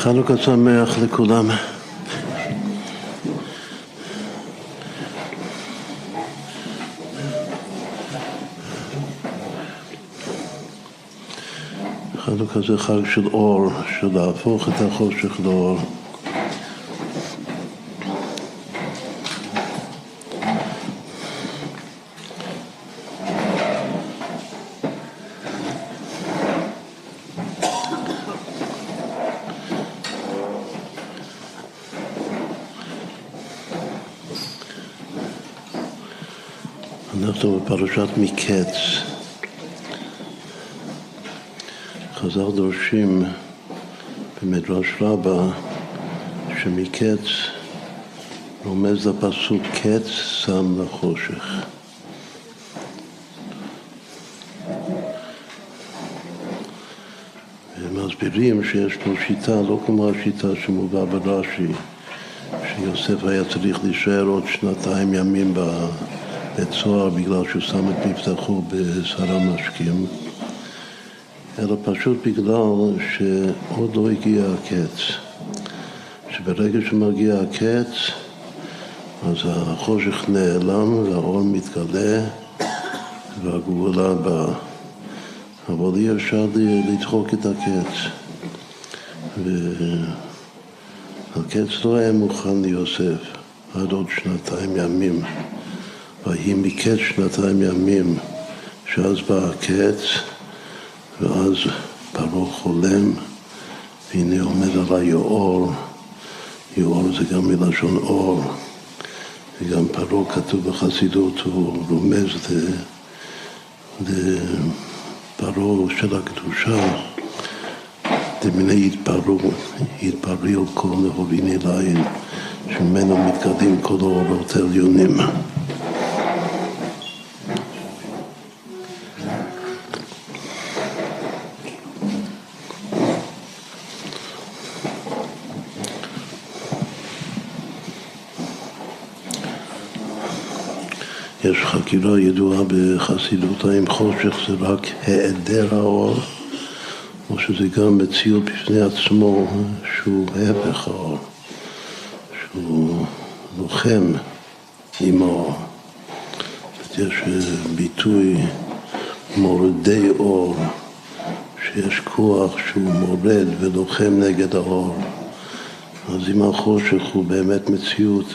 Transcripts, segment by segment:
חנוכה שמח לכולם. חנוכה זה חג של אור, של להפוך את החושך לאור. אנחנו בפרשת מקץ. חז"ל דורשים במדרש רבה שמקץ רומז לפסוק קץ שם לחושך. הם מסבירים שיש פה שיטה, לא כמו השיטה שמובא ברש"י, שיוסף היה צריך להישאר עוד 2 ימים בצוהר בגלל שהוא שם את מבטחו בשר המשקים, אלא פשוט בגלל שעוד לא הגיע הקץ. שברגע שמגיע הקץ, אז החושך נעלם והאור מתגלה והגאולה באה. אבל אי אפשר לדחוק את הקץ. והקץ לא היה מוכן ליוסף עד עוד 2 ימים. ויהי מקץ 2 ימים, שאז בא הקץ, ואז פרעה חולם, והנה עומד על היאור. יאור זה גם מלשון אור, וגם פרעה כתוב בחסידות, הוא רומז לפרעה של הקדושה, דמיני יתפרעו כל נהורין אליים, שממנו מתגלים כל האורות העליונים. יש חקירה ידועה בחסידות האם חושך זה רק היעדר האור, או שזה גם מציאות בפני עצמו שהוא הפך האור, שהוא לוחם עם האור. יש ביטוי מורדי אור, שיש כוח שהוא מורד ולוחם נגד האור. אז אם החושך הוא באמת מציאות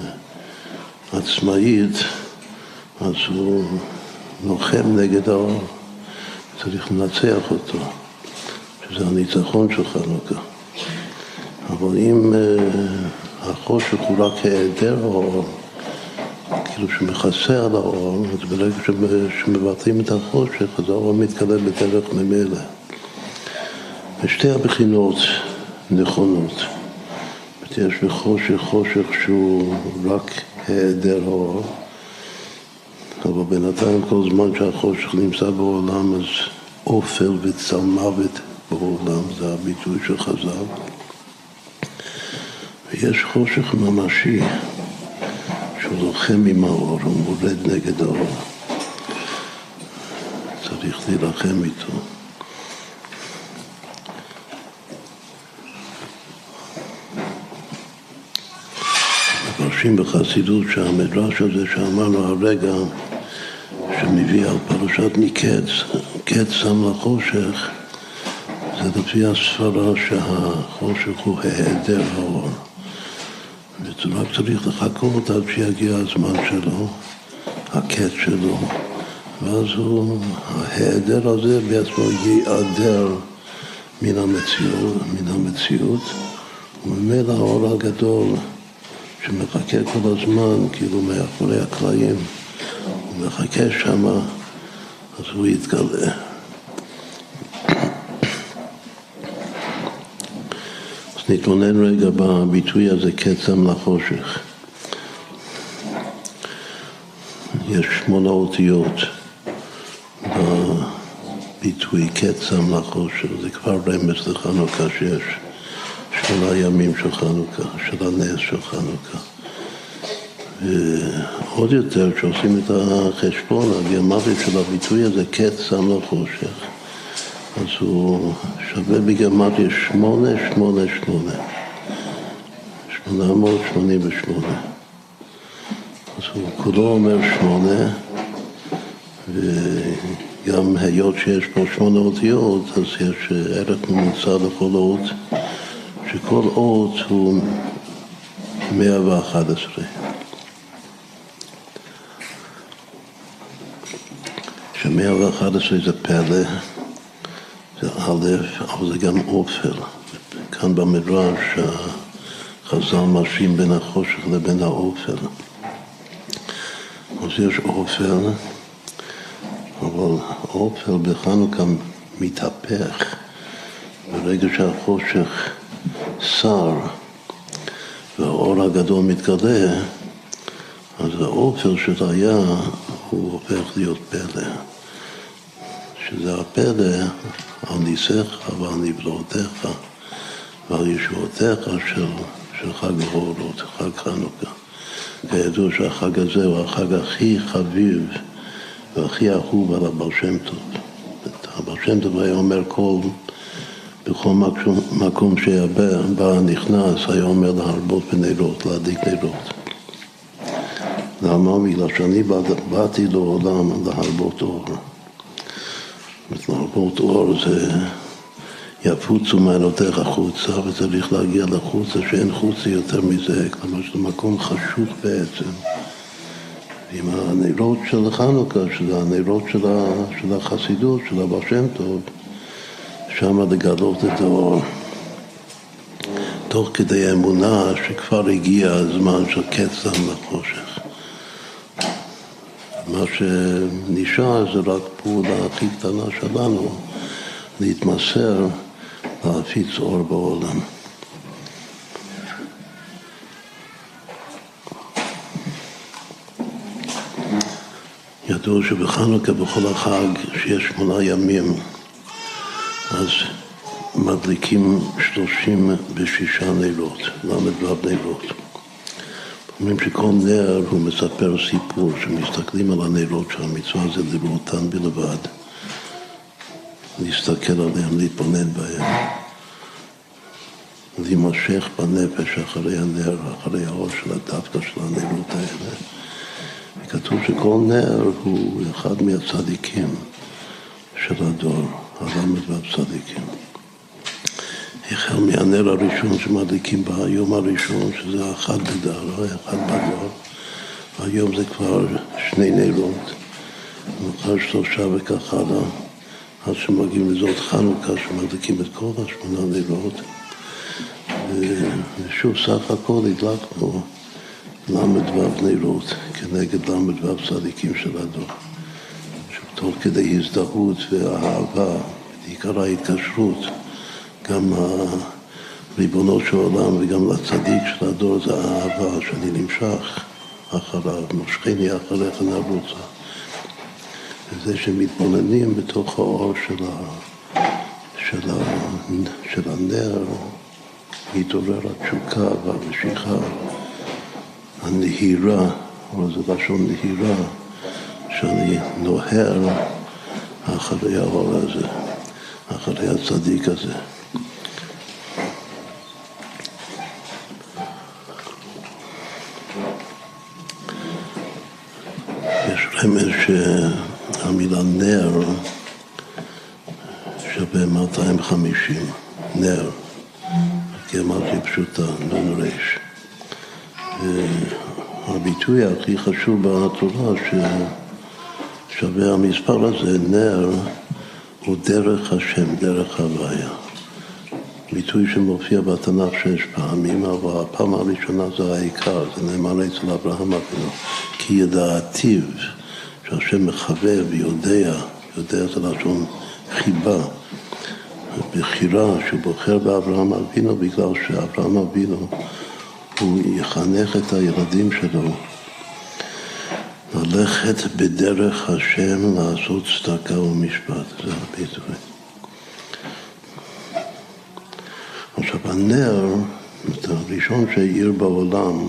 עצמאית, אז הוא לוחם נגד האור, צריך לנצח אותו, שזה הניצחון של חנוכה. אבל אם החושך הוא רק היעדר האור, כאילו שמכסה על האור, אז ברגע שמבטלים את החושך, אז האור מתגלה בדרך ממילא. ושתי הבחינות נכונות. יש בחושך חושך שהוא רק היעדר האור, אבל בינתיים כל זמן שהחושך נמצא בעולם, אז אופל וצל מוות בעולם, זה הביטוי של חז"ל. ויש חושך ממשי, שהוא לוחם עם האור, הוא מורד נגד האור. צריך להילחם איתו. מפרשים בחסידות שהמדרש הזה שאמרנו הרגע, שמביא על פרשת מקץ, קץ שם לחושך, זה לפי הספרה שהחושך הוא היעדר האור. ורק צריך לחכות עד שיגיע הזמן שלו, הקץ שלו, ואז ההיעדר הזה בעצמו ייעדר מן המציאות, וממילא האור הגדול שמחכה כל הזמן, כאילו מאחורי הקלעים, הוא מחכה שם, אז הוא יתגלה. אז נתבונן רגע בביטוי הזה, קץ שם לחושך. יש 8 אותיות בביטוי קץ שם לחושך, זה כבר רמז לחנוכה שיש 8 ימים של חנוכה, של הנס של חנוכה. ועוד יותר, כשעושים את החשבון, הגיאומטרית של הביטוי הזה, קץ שם לחושך, אז הוא שווה בגימטריה 888. 888. אז הוא כולו אומר 8, וגם היות שיש פה 8 אותיות, אז יש ערך ממוצע לכל אות, שכל אות הוא 111. ש111 זה פלא, זה א', אבל זה גם אופל. כאן במדרש חז"ל משווים בין החושך לבין האופל. אז יש אופל, אבל האופל בחנוכה מתהפך. ברגע שהחושך שר והאור הגדול מתגלה, אז האופל שזה היה, הוא הופך להיות פלא. שזה הפלא על ניסיך ועל נפלאותיך ועל ישועותיך של חג האורות, חג חנוכה. כידוע שהחג הזה הוא החג הכי חביב והכי אהוב על הבעל שם טוב. הבעל שם טוב היה אומר בכל מקום שהיה בא נכנס, היה אומר להרבות בנרות, להדליק נרות. למה? בגלל שאני באתי לעולם להרבות אור. להרבות אור זה יפוצו מעלותיך החוצה, וצריך להגיע לחוצה שאין חוצה יותר מזה, כלומר שזה מקום חשוך בעצם. עם הנרות של חנוכה, שזה הנרות של החסידות, של הבעל שם טוב, שם לגלות את האור. תוך כדי אמונה שכבר הגיע הזמן של קץ דם לחושך. מה שנשאר זה רק פעולה הכי קטנה שלנו, להתמסר, להפיץ אור בעולם. ידוע שבחנוכה בכל החג שיש 8 ימים, אז מדליקים 36 נרות, ל"ו נרות. אומרים שכל נר הוא מספר סיפור, שמסתכלים על הנרות שהמצווה זה לראותן בלבד, להסתכל עליהם, להתבונן בהם, להימשך בנפש אחרי הנר, אחרי האור של הדווקא של הנרות האלה. וכתוב שכל נר הוא אחד מהצדיקים של הדור, הל"ו צדיקים. החל מהנר הראשון שמדליקים ביום הראשון, שזה אחד בדור, אחד בדור, והיום זה כבר 2 נרות, ומחר 3 וכך הלאה, עד שמגיעים לזאת חנוכה שמדליקים את כל 8 נרות, ושוב סך הכל הדלקנו ל"ו נרות כנגד ל"ו צדיקים של הדור. תוך כדי הזדהות והאהבה, בעיקר ההתקשרות, גם הריבונו של עולם וגם לצדיק של הדור זה האהבה שאני נמשך אחריו, מושכני אחריך נרוצה. וזה שמתבוננים בתוך האור של הנר, מתעורר התשוקה והמשיכה, הנהירה, אבל זה לשון נהירה, שאני נוהר אחרי האור הזה, אחרי הצדיק הזה. יש רמז שהמילה נר שווה 250, נר, כי אמרתי פשוטה, נון רש. הביטוי הכי חשוב בתורה ששווה המספר הזה, נר, הוא דרך השם, דרך הוויה. ביטוי שמופיע בתנ"ך 6 פעמים, אבל הפעם הראשונה זה העיקר, זה נאמר אצל אברהם אבינו, כי ידעתיו, שהשם מחווה ויודע, יודע זה לשון חיבה, בחירה שהוא בוחר באברהם אבינו, בגלל שאברהם אבינו הוא יחנך את הילדים שלו ללכת בדרך השם, לעשות צדקה ומשפט. זה הביטוי. עכשיו, הנר, הראשון שהאיר בעולם,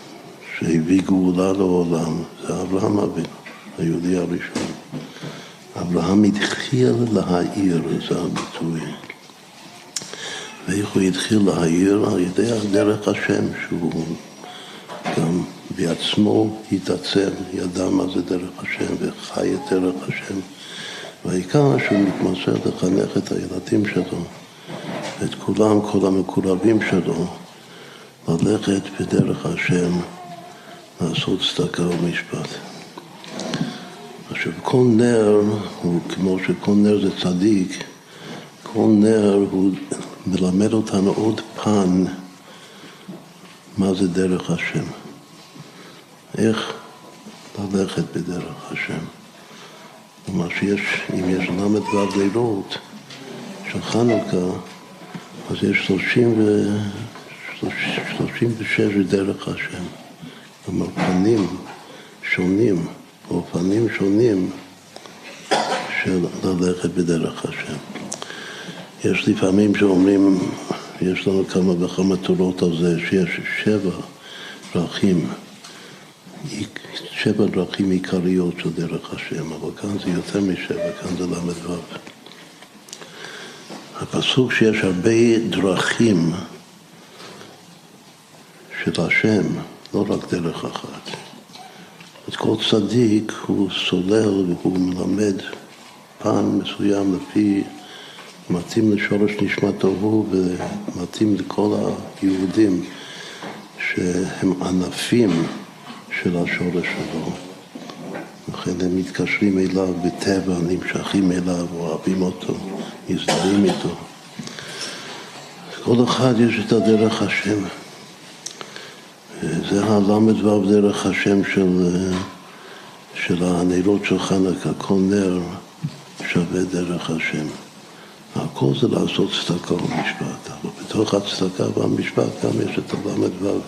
שהביא גאולה לעולם, זה אברהם אבינו, היהודי הראשון. אברהם התחיל להעיר, זה הביטוי. ואיך הוא התחיל להעיר? על ידי דרך השם, שהוא גם בעצמו התעצם, ידע מה זה דרך השם וחי את דרך השם. והעיקר שהוא מתמסר לחנך את הילדים שלו, את כולם, כל המקורבים שלו, ללכת בדרך השם, לעשות צדקה ומשפט. עכשיו, כל נר, הוא, כמו שכל נר זה צדיק, כל נר הוא מלמד אותנו עוד פן מה זה דרך השם. איך ללכת בדרך השם. ומה שיש, אם יש ל"ו לילות של חנוכה, אז יש 36 דרך השם. כלומר, פנים שונים, או פנים שונים של ללכת בדרך השם. יש לפעמים שאומרים, יש לנו כמה וכמה תורות על זה, שיש 7 דרכים עיקריות של דרך השם, אבל כאן זה יותר מ7, כאן זה ל"ו. הפסוק שיש הרבה דרכים של השם, לא רק דרך אחת. את כל צדיק הוא סולל והוא מלמד פן מסוים לפי, מתאים לשורש נשמתו הוא ומתאים לכל היהודים שהם ענפים של השורש שלו. לכן הם מתקשרים אליו בטבע, נמשכים אליו, אוהבים אותו, מזדהים איתו. כל אחד יש את הדרך השם. זה הל"ו דרך השם של הנרות של חנוכה. כל נר שווה דרך השם. הכל זה לעשות צדקה ומשפט. אבל בתוך הצדקה והמשפט גם יש את הל"ו.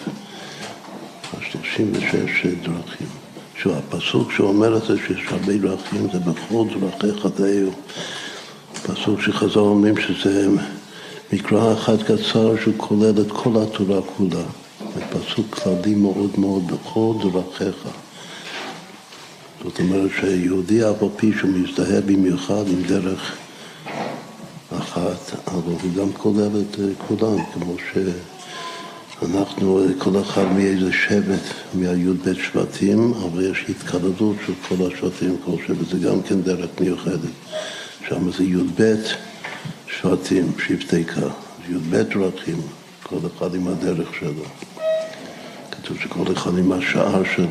36 דרכים. הפסוק שאומר את זה שיש הרבה דרכים, זה בכל דרכיך תהיו. פסוק שחז"ל אומרים שזה מקרא אחד קצר שהוא כולל את כל התורה כולה. זה פסוק כללי מאוד מאוד בכל דרכיך. זאת אומרת שיהודי אף על פי שהוא מזדהה במיוחד עם דרך אחת, אבל הוא גם כולל את כולם, כמו אנחנו, כל אחד מאיזה שבט, מהי"ב שבטים, אבל יש התקלדות של כל השבטים, כל שבט, זה גם כן דרך מיוחדת. שם זה י"ב שבטים, שבטי קה, י"ב דרכים, כל אחד עם הדרך שלו. כתוב שכל אחד עם השעה שלו.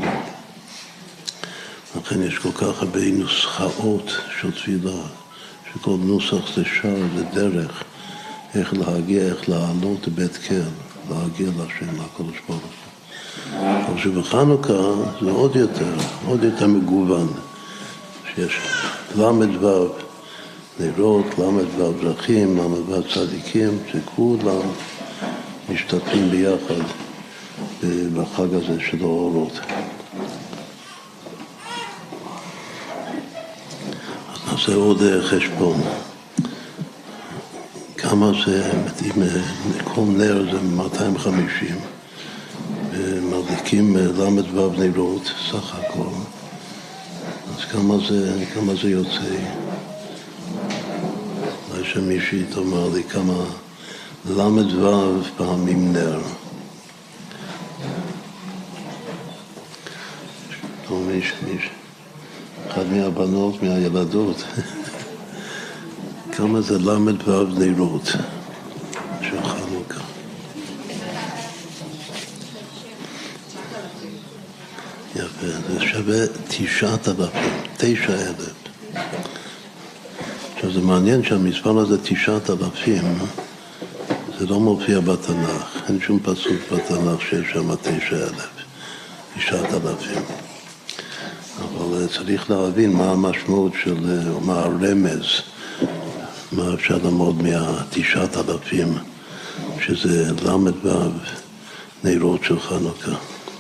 לכן יש כל כך הרבה נוסחאות של תפילה, שכל נוסח זה שער, זה דרך, איך להגיע, איך לעלות לבית קל. להגיע לשם, לקדוש ברוך הוא. אבל שבחנוכה זה עוד יותר מגוון. שיש ל"ו נרות, ל"ו דרכים, ל"ו צדיקים, שכולם משתתפים ביחד בחג הזה של האורות. אז נעשה עוד חשבון. כמה זה, אם כל נר זה 250, ומדליקים ל"ו נרות סך הכל, אז כמה זה יוצא? אולי שמישהי תאמר לי כמה ל"ו פעמים נר. או אחד מהבנות, מהילדות. כמה זה ל"ו נרות של חנוכה. יפה, זה שווה 9,000. עכשיו זה מעניין שהמספר הזה 9,000, זה לא מופיע בתנ"ך. אין שום פסוק בתנ"ך שיש שם 9,000. אבל צריך להבין מה המשמעות של, מה הרמז, מה אפשר ללמוד מה9,000, שזה ל"ו נרות של חנוכה.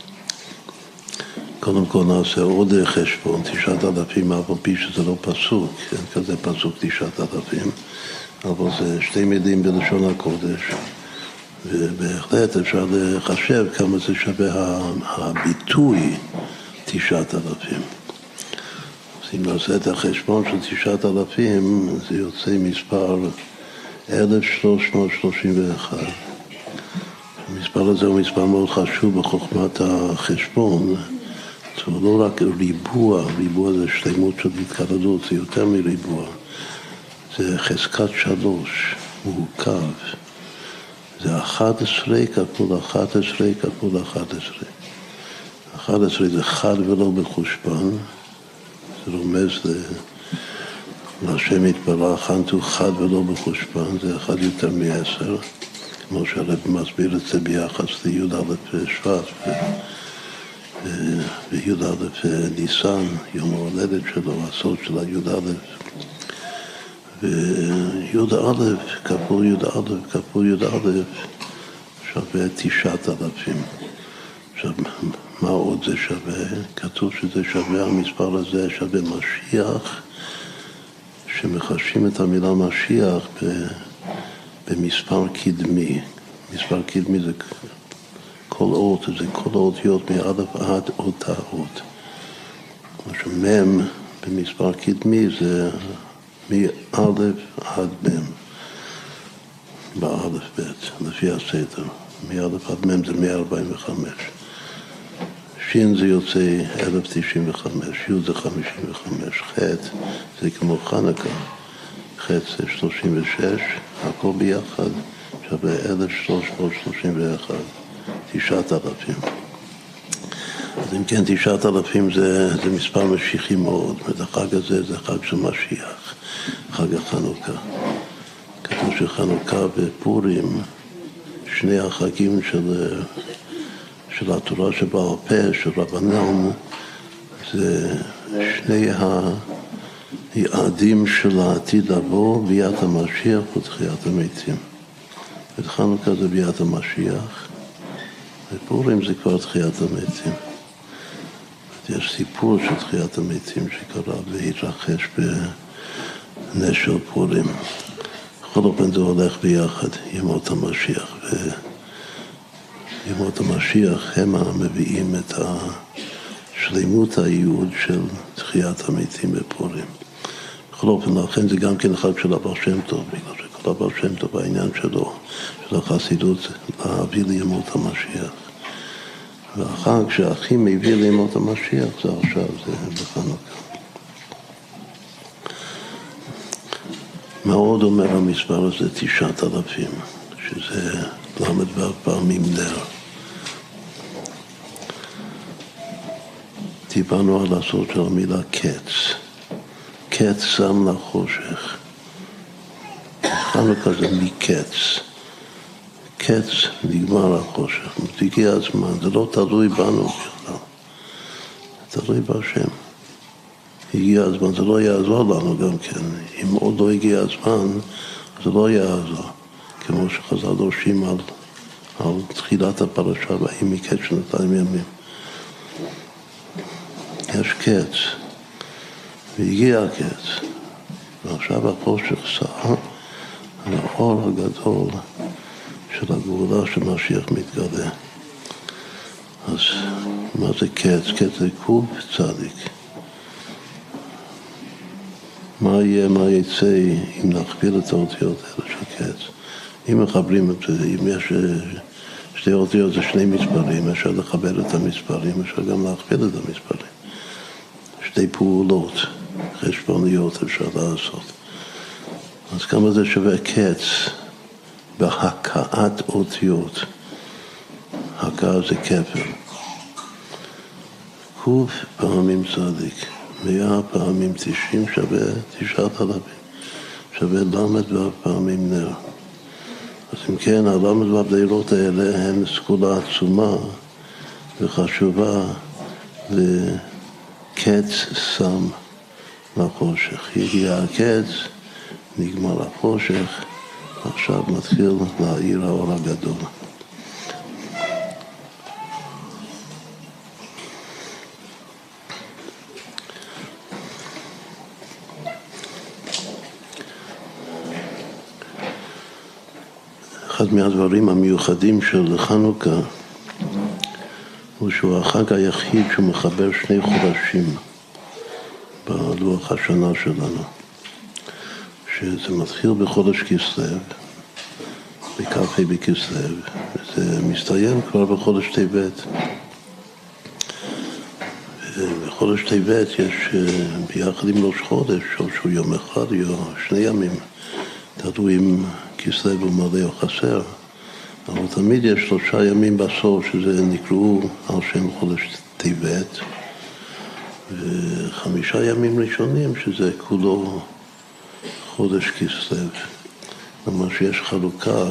קודם כל נעשה עוד חשבון, 9,000, אף על פי שזה לא פסוק, אין כזה פסוק 9,000, אבל זה שתי מילים בלשון הקודש, ובהחלט אפשר לחשב כמה זה שווה הביטוי 9,000. אז אם נעשה את החשבון של 9,000, זה יוצא מספר 1331. המספר הזה הוא מספר מאוד חשוב בחוכמת החשבון. זה לא רק ריבוע, ריבוע זה שלמות של התקרדות, זה יותר מריבוע. זה חזקת 3, מורכב. זה 11 כפול 11 כפול 11. 11 זה חד ולא בחושבן. זה רומז להשם יתברך, אנטו חד ולא בחושבן, זה אחד יותר מ10, כמו שהרב מסביר את זה ביחס לי"א שבט וי"א ניסן, יום ההולדת שלו, הסוד של הי"א. וי"א כפול י"א כפול י"א שווה 9,000. עכשיו, מה עוד זה שווה? כתוב שזה שווה, המספר הזה שווה משיח, שמחשים את המילה משיח במספר קדמי. מספר קדמי זה כל אות, זה כל האותיות מאלף עד אותה אות. עכשיו, מם במספר קדמי זה מאלף עד מם, באלף בית, לפי הסדר. מאלף עד מם זה 145. שין זה יוצא 1095, י' זה 55, ח' זה כמו חנוכה, ח' זה 36, הכל ביחד שווה 1331, 9,000. אז אם כן, 9,000 זה מספר משיחי מאוד, החג הזה זה חג של משיח, חג החנוכה. כתוב שחנוכה ופורים, שני החגים של התורה שבעל פה, של רבנן, זה שני היעדים של העתיד לבוא, ביאת המשיח ותחיית המתים. וחנוכה זה ביאת המשיח, ופורים זה כבר תחיית המתים. יש סיפור של תחיית המתים שקרה והתרחש בנס של פורים. בכל אופן זה הולך ביחד, ימות המשיח. ימות המשיח הם המביאים את שלמות הייעוד של תחיית המתים בפורים. בכל אופן, לכן זה גם כן חג של הבעל שם טוב, בגלל שכל הבעל שם טוב העניין שלו, של החסידות, להביא לימות המשיח. והחג שהכי מביא לימות המשיח זה עכשיו, זה בחנוכה. מה עוד אומר המספר הזה? 9,000, שזה ל"ו פעמים נר. דיברנו על הסוד של המילה קץ. קץ שם לחושך. חנוכה זה מקץ. קץ נגמר החושך. הגיע הזמן, זה לא תלוי בנו בכלל. זה תלוי בהשם. הגיע הזמן, זה לא יעזור לנו גם כן. אם עוד לא הגיע הזמן, זה לא יעזור. כמו שחז"ל דורשים על תחילת הפרשה, והיא מקץ 2 ימים. יש קץ, והגיע הקץ, ועכשיו החושך סע על האור הגדול של הגאולה שמשיח מתגלה. אז מה זה קץ? קץ זה קוב צדיק. מה יהיה, מה יצא אם נכפיל את האותיות האלה של קץ? אם מחברים את זה, אם יש שתי אותיות זה שני מספרים, אפשר לחבר את המספרים, אפשר גם להכפיל את המספרים. שתי פעולות חשבוניות אפשר לעשות. אז כמה זה שווה קץ בהכאת אותיות? הכאה זה כפל. קוף פעמים צדיק, 100 פעמים 90 שווה 9,000. שווה ל"ו פעמים נר. אז אם כן, הל"ו לילות האלה הן סגולה עצומה וחשובה לקץ שם לחושך. הגיע הקץ, נגמר החושך, עכשיו מתחיל להאיר האור הגדול. אחד מהדברים המיוחדים של חנוכה הוא שהוא החג היחיד שמחבר שני חודשים בלוח השנה שלנו, שזה מתחיל בחודש כסלו, בכ"ה בכסלו, וזה מסתיים כבר בחודש טבת. בחודש טבת יש ביחד עם ראש חודש, או שהוא יום אחד או 2 ימים, תלוי אם כסלו הוא מלא או חסר, אבל תמיד יש 3 ימים בסוף שזה נקראו על שם חודש טבת, ו5 ימים ראשונים שזה כולו חודש כסלו. כלומר שיש חלוקה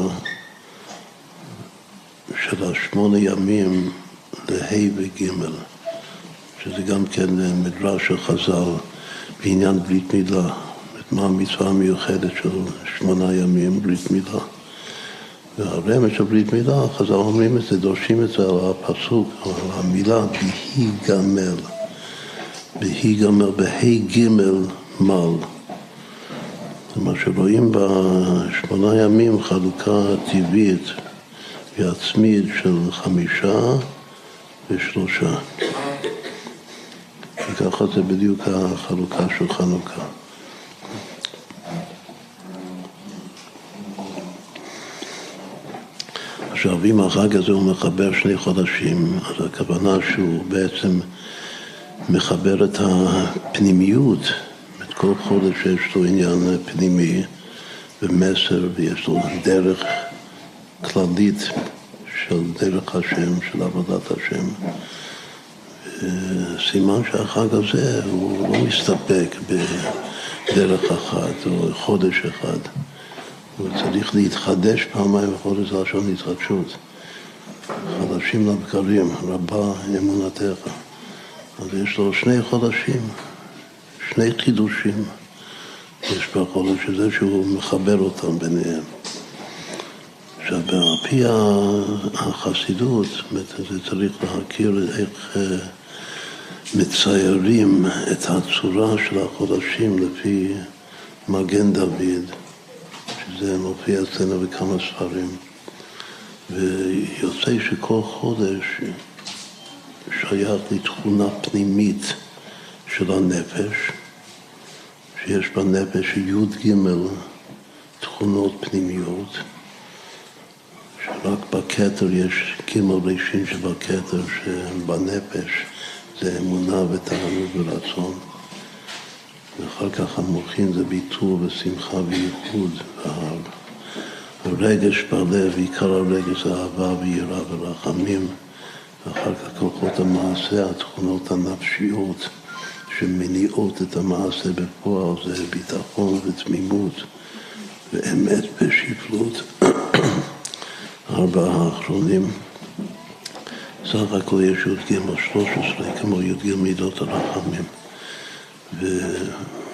של 8 ימים לה' וג', שזה גם כן מדרש של חז"ל בעניין ברית מילה, מה המצווה המיוחדת של 8 ימים ברית מילה. והרמז של ברית מילה, חז"ל אומרים את זה, דורשים את זה על הפסוק, על המילה בהי גמל, בהי גמל, בהי גמל מל. מה שרואים ב8 ימים חלוקה טבעית ועצמית של 5 ו3. וככה זה בדיוק החלוקה של חנוכה. עכשיו, אם החג הזה הוא מחבר 2 חודשים, אז הכוונה שהוא בעצם מחבר את הפנימיות, את כל חודש שיש לו עניין פנימי ומסר, ויש לו דרך כללית של דרך השם, של עבודת השם. סימן שהחג הזה הוא לא מסתפק בדרך אחת או חודש אחד. הוא צריך להתחדש פעמיים בחודש, זה לשון התחדשות. חדשים לבקרים, רבה אמונתך. אז יש לו 2 חודשים, 2 חידושים. יש בחודש הזה שהוא מחבר אותם ביניהם. עכשיו, על פי החסידות, זה צריך להכיר איך מציירים את הצורה של החודשים לפי מגן דוד, שזה מופיע אצלנו בכמה ספרים. ויוצא שכל חודש שייך לתכונה פנימית של הנפש, שיש בנפש י' ג' תכונות פנימיות, שרק בכתר יש ג' ראשין שבכתר שבנפש זה אמונה ותענוג ורצון, ואחר כך המוחין זה ביטול ושמחה וייחוד, הרגש בלב, עיקר הרגש זה אהבה ויראה ורחמים, ואחר כך כוחות המעשה, התכונות הנפשיות שמניעות את המעשה בפועל, זה ביטחון ותמימות ואמת ושפלות. 4 האחרונים, סך הכל יש י' ג' 13 כמו י' ג' מידות הרחמים, ושיש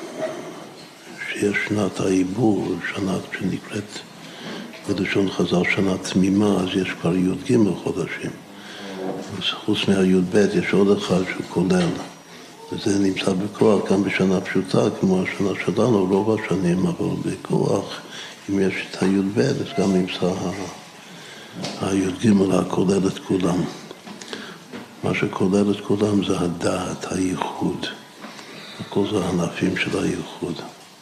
שנת העיבור, שנה שנקראת בלשון חז"ל שנה תמימה, אז יש כבר י' ג' חודשים. אז חוץ מהי"ב יש עוד אחד שהוא כולל, וזה נמצא בכוח גם בשנה פשוטה כמו השנה שלנו, רוב השנים, אבל בכוח אם יש את הי"ב אז גם נמצא הי"ג הכולל את כולם. מה שכולל את כולם זה הדעת, הייחוד. הכל זה הענפים של הייחוד.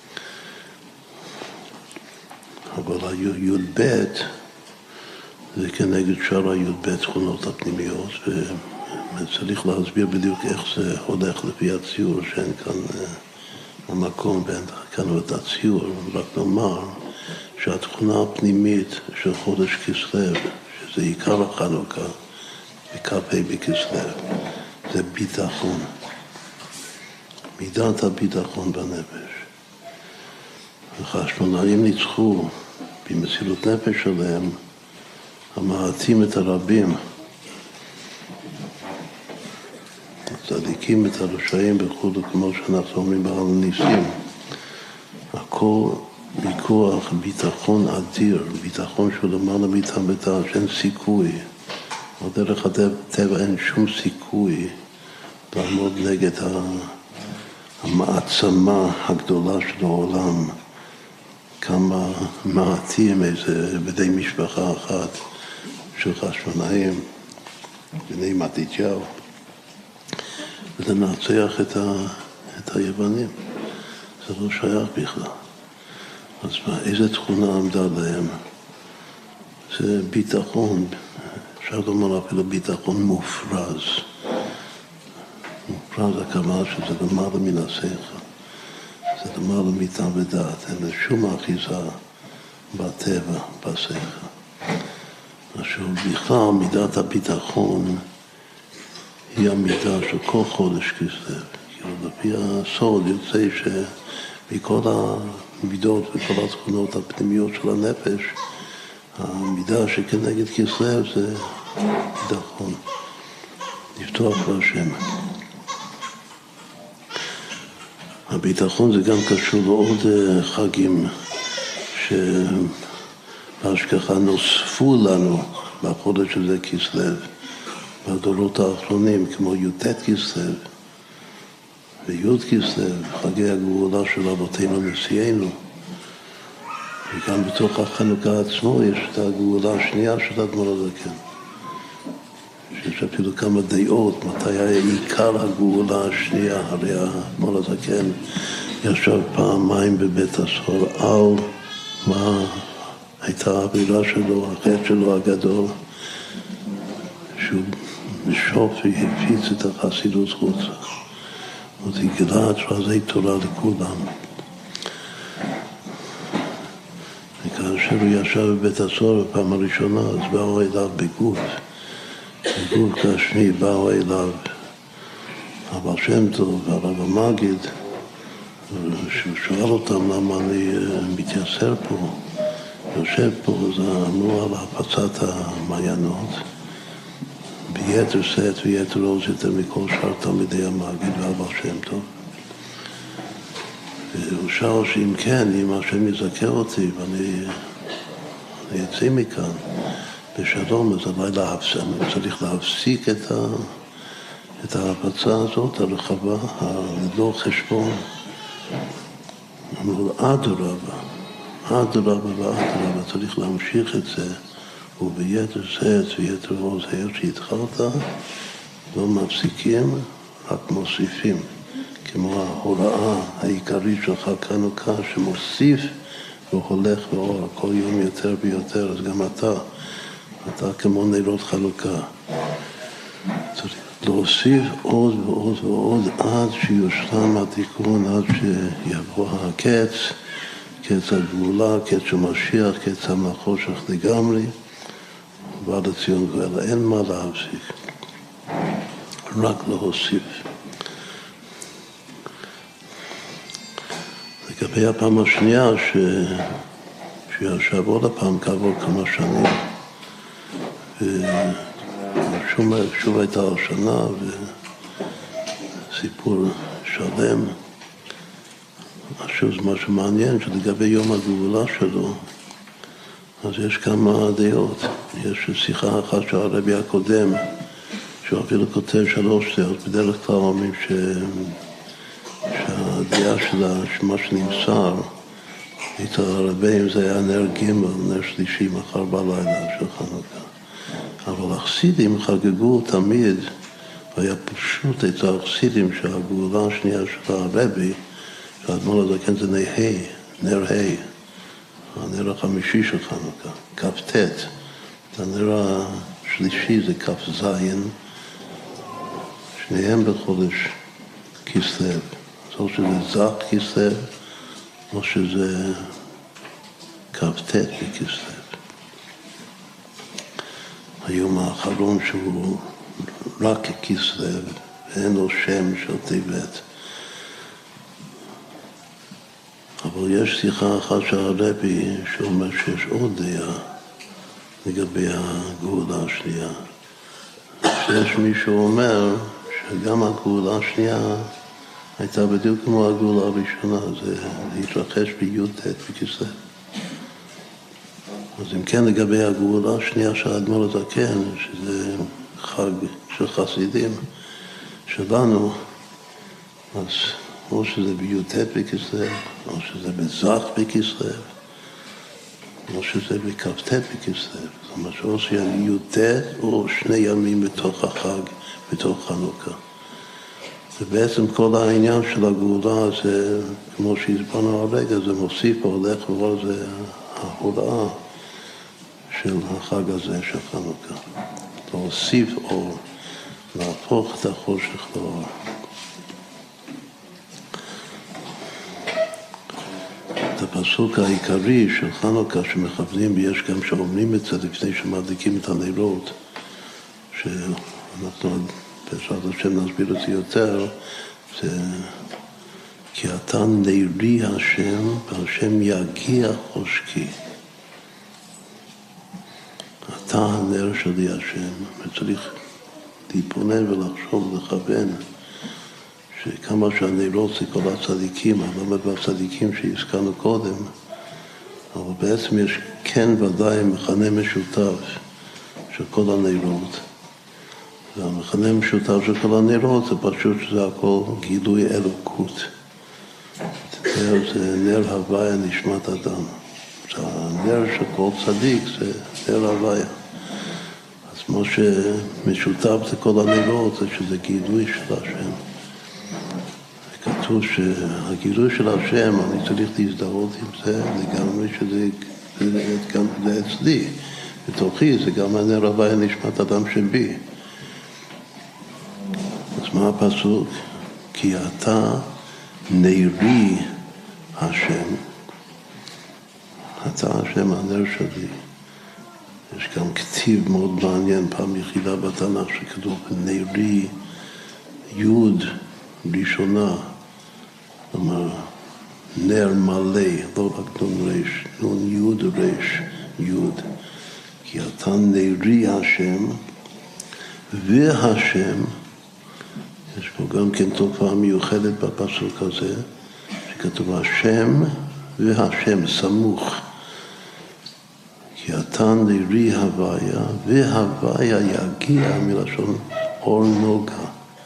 אבל הי"ב זה כנגד שאר הי"ב תכונות הפנימיות, וצריך להסביר בדיוק איך זה הולך לפי הציור, שאין כאן המקום ואין כאן את הציור, רק נאמר שהתכונה הפנימית של חודש כסלו, שזה עיקר החנוכה, בכ"ה בכסלו, זה ביטחון. מידת הביטחון בנפש. החשמונאים ניצחו במסירות נפש שלהם, המעטים את הרבים, הצדיקים את הרשעים וכו', כמו שאנחנו אומרים בעל ניסים. הכל מכוח ביטחון אדיר, ביטחון שהוא למעלה מתאבדה, שאין סיכוי, או דרך הטבע אין שום סיכוי לעמוד נגד המעצמה הגדולה של העולם. כמה מעטים, איזה בני משפחה אחת של חשמונאים, בני מתתיהו, ולנצח את היוונים. זה לא שייך בכלל. אז מה, איזה תכונה עמדה להם? זה ביטחון, אפשר לומר אפילו ביטחון מופרז. מופרז הכוונה שזה למעלה מן השכל. זה למעלה מטעם ודעת, אין שום אחיזה בטבע, בשכל. עכשיו בכלל מידת הביטחון היא המידה של כל חודש כסלו. לפי הסוד יוצא שמכל המידות וכל התכונות הפנימיות של הנפש, המידה שכנגד כסלו זה ביטחון, לפתוח להשם. הביטחון זה גם קשור לעוד חגים שבהשגחה נוספו לנו בחודש הזה כסלו, בדורות האחרונים, כמו י"ט כסלו וי' כסלו, חגי הגאולה של אבותינו נשיאנו. וגם בתוך החנוכה עצמו יש את הגאולה השנייה של האדמו"ר הזקן. שיש אפילו כמה דעות, מתי היה עיקר הגאולה השנייה. הרי האדמו"ר הזקן ישב פעמיים בבית הסוהר על מה הייתה האווירה שלו, החטא שלו הגדול, שהוא בשוף והפיץ את החסידות חוצה. הוא גילה את רזי תורה לכולם. וכאשר הוא ישב בבית הסוהר בפעם הראשונה, אז באו אליו בגוף גשמי, באו אליו הבעל שם טוב והרב המגיד, שהוא שואל אותם למה אני מתייסר פה, יושב פה, זה אמרו על הפצת המעיינות, ביתר שאת ויתר עוז יותר מכל שאר תלמידי המגיד והבעל שם טוב. והוא שאל שאם כן, אם השם יזכה אותי ואני אצא מכאן בשלום, אז אני צריך להפסיק את ההפצה הזאת, הרחבה, ללא חשבון. אמרו, אדרבה, צריך להמשיך את זה, וביתר שאת ויתר עוז, היות שהתחלת, לא מפסיקים, רק מוסיפים. כמו ההוראה העיקרית של חג חנוכה, שמוסיף והולך ואור, כל יום יותר ויותר, אז גם אתה כמו נרות חנוכה. צריך להוסיף עוד ועוד ועוד עד שיושלם התיקון, עד שיבוא הקץ, קץ הגאולה, קץ של משיח, קץ המחושך לגמרי, ועד הציון גואל. אין מה להפסיק, רק להוסיף. לגבי הפעם השנייה שישב עוד הפעם כעבור כמה שנים, ושוב הייתה השנה וסיפור שלם. עכשיו זה משהו מעניין שלגבי יום הגאולה שלו, אז יש כמה דעות. יש שיחה אחת של הרבי הקודם, שהוא אפילו כותב 3 דעות, בדרך כלל אומרים שהדעה שלה, שמה שנמסר, את הרבים זה היה נר ג', נר שלישי, מחר בלילה של חנוכה. אבל החסידים חגגו תמיד, והיה פשוט את החסידים שהגאולה השנייה של הרבי, שהאדמו"ר הזקן זה נר ה', הנר החמישי של חנוכה, כ"ט. הנר השלישי זה כ"ז, שניהם בחודש כסלו. או שזה זך כסלו, או שזה כ"ט בכסלו. היום האחרון שהוא רק כסלו, ואין לו שם של טבת. אבל יש שיחה אחת של הרבי שאומר שיש עוד דעה לגבי הגאולה השנייה. שיש מישהו אומר שגם הגאולה השנייה הייתה בדיוק כמו הגאולה הראשונה, זה התרחש בי"ט בכסלו. אז אם כן, לגבי הגאולה השנייה של האדמו"ר הזקן, שזה חג של חסידים שלנו, אז או שזה בי"ט בכסלו, או שזה בזך בכסלו, או שזה בכ"ט בכסלו. זאת אומרת, או שיהיה י"ט או 2 ימים בתוך החג, בתוך חנוכה. ובעצם כל העניין של הגאולה זה, כמו שהסברנו הרגע, זה מוסיף והולך ועוד זה ההוראה של החג הזה של חנוכה. להוסיף אור, להפוך את החושך לאור. את הפסוק העיקרי של חנוכה שמכוונים, ויש גם שאומרים את זה לפני שמדליקים את הנרות, שאנחנו בעזרת השם נסביר את זה יותר, זה כי אתה נרי השם והשם יגיע חושקי. אתה הנר שלי השם, וצריך להתבונן ולחשוב ולכוון שכמה שהנרות זה כל הצדיקים, אבל בצדיקים שהזכרנו קודם, אבל בעצם יש כן ודאי מכנה משותף של כל הנרות. והמכנה המשותף של כל הנרות זה פשוט שזה הכל גילוי אלוקות. זה נר הוויה נשמת אדם. הנר של כל צדיק זה נר הוויה. אז מה שמשותף זה כל הנרות זה שזה גילוי של השם. כתוב שהגילוי של השם, אני צריך להזדהות עם זה לגמרי שזה גם אצלי. בתוכי זה גם הנר הוויה נשמת אדם שבי. אז מה הפסוק? כי אתה נרי השם. אתה השם הנר שלי. יש גם כתיב מאוד מעניין, פעם יחידה בתנ"ך שכתוב נרי יוד ראשונה. כלומר, נר מלא, לא רק נון ריש, נון יוד ריש, יוד. כי אתה נרי השם, והשם, יש פה גם כן תופעה מיוחדת בפסוק הזה, שכתוב השם והשם סמוך. כי אתה נרי הוויה, והוויה יגיע מלשון אור נוגה.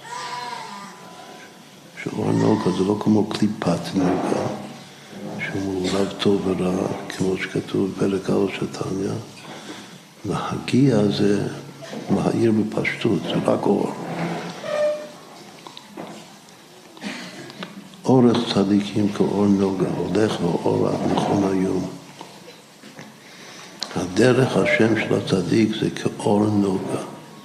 שאור נוגה זה לא כמו קליפת נוגה, שהוא מעורב טוב ורע, כמו שכתוב בפרק א' של תניא. להגיע זה להאיר בפשטות, זה רק אור. אורך צדיקים כאור נוגה, הולך ואור עד נכון היום. הדרך השם של הצדיק זה כאור נוגה.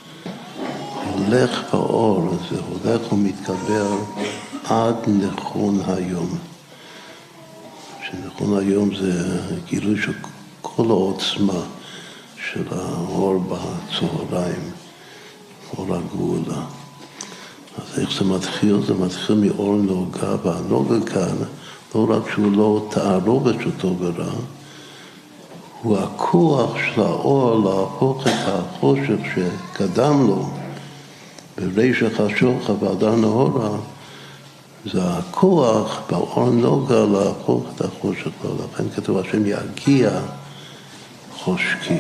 הולך באור, זה הולך ומתגבר עד נכון היום. שנכון היום זה גילוי של כל העוצמה של האור בצהריים, אור הגאולה. אז איך זה מתחיל? זה מתחיל מאור נוגה, והנוגה כאן, לא רק שהוא לא תערובת של טוב ורע, הוא הכוח של האור להפוך את החושך שקדם לו, בריש החשוך והדר נהורה, זה הכוח באור נוגה להפוך את החושך לו. לכן כתוב השם יגיע חושקי.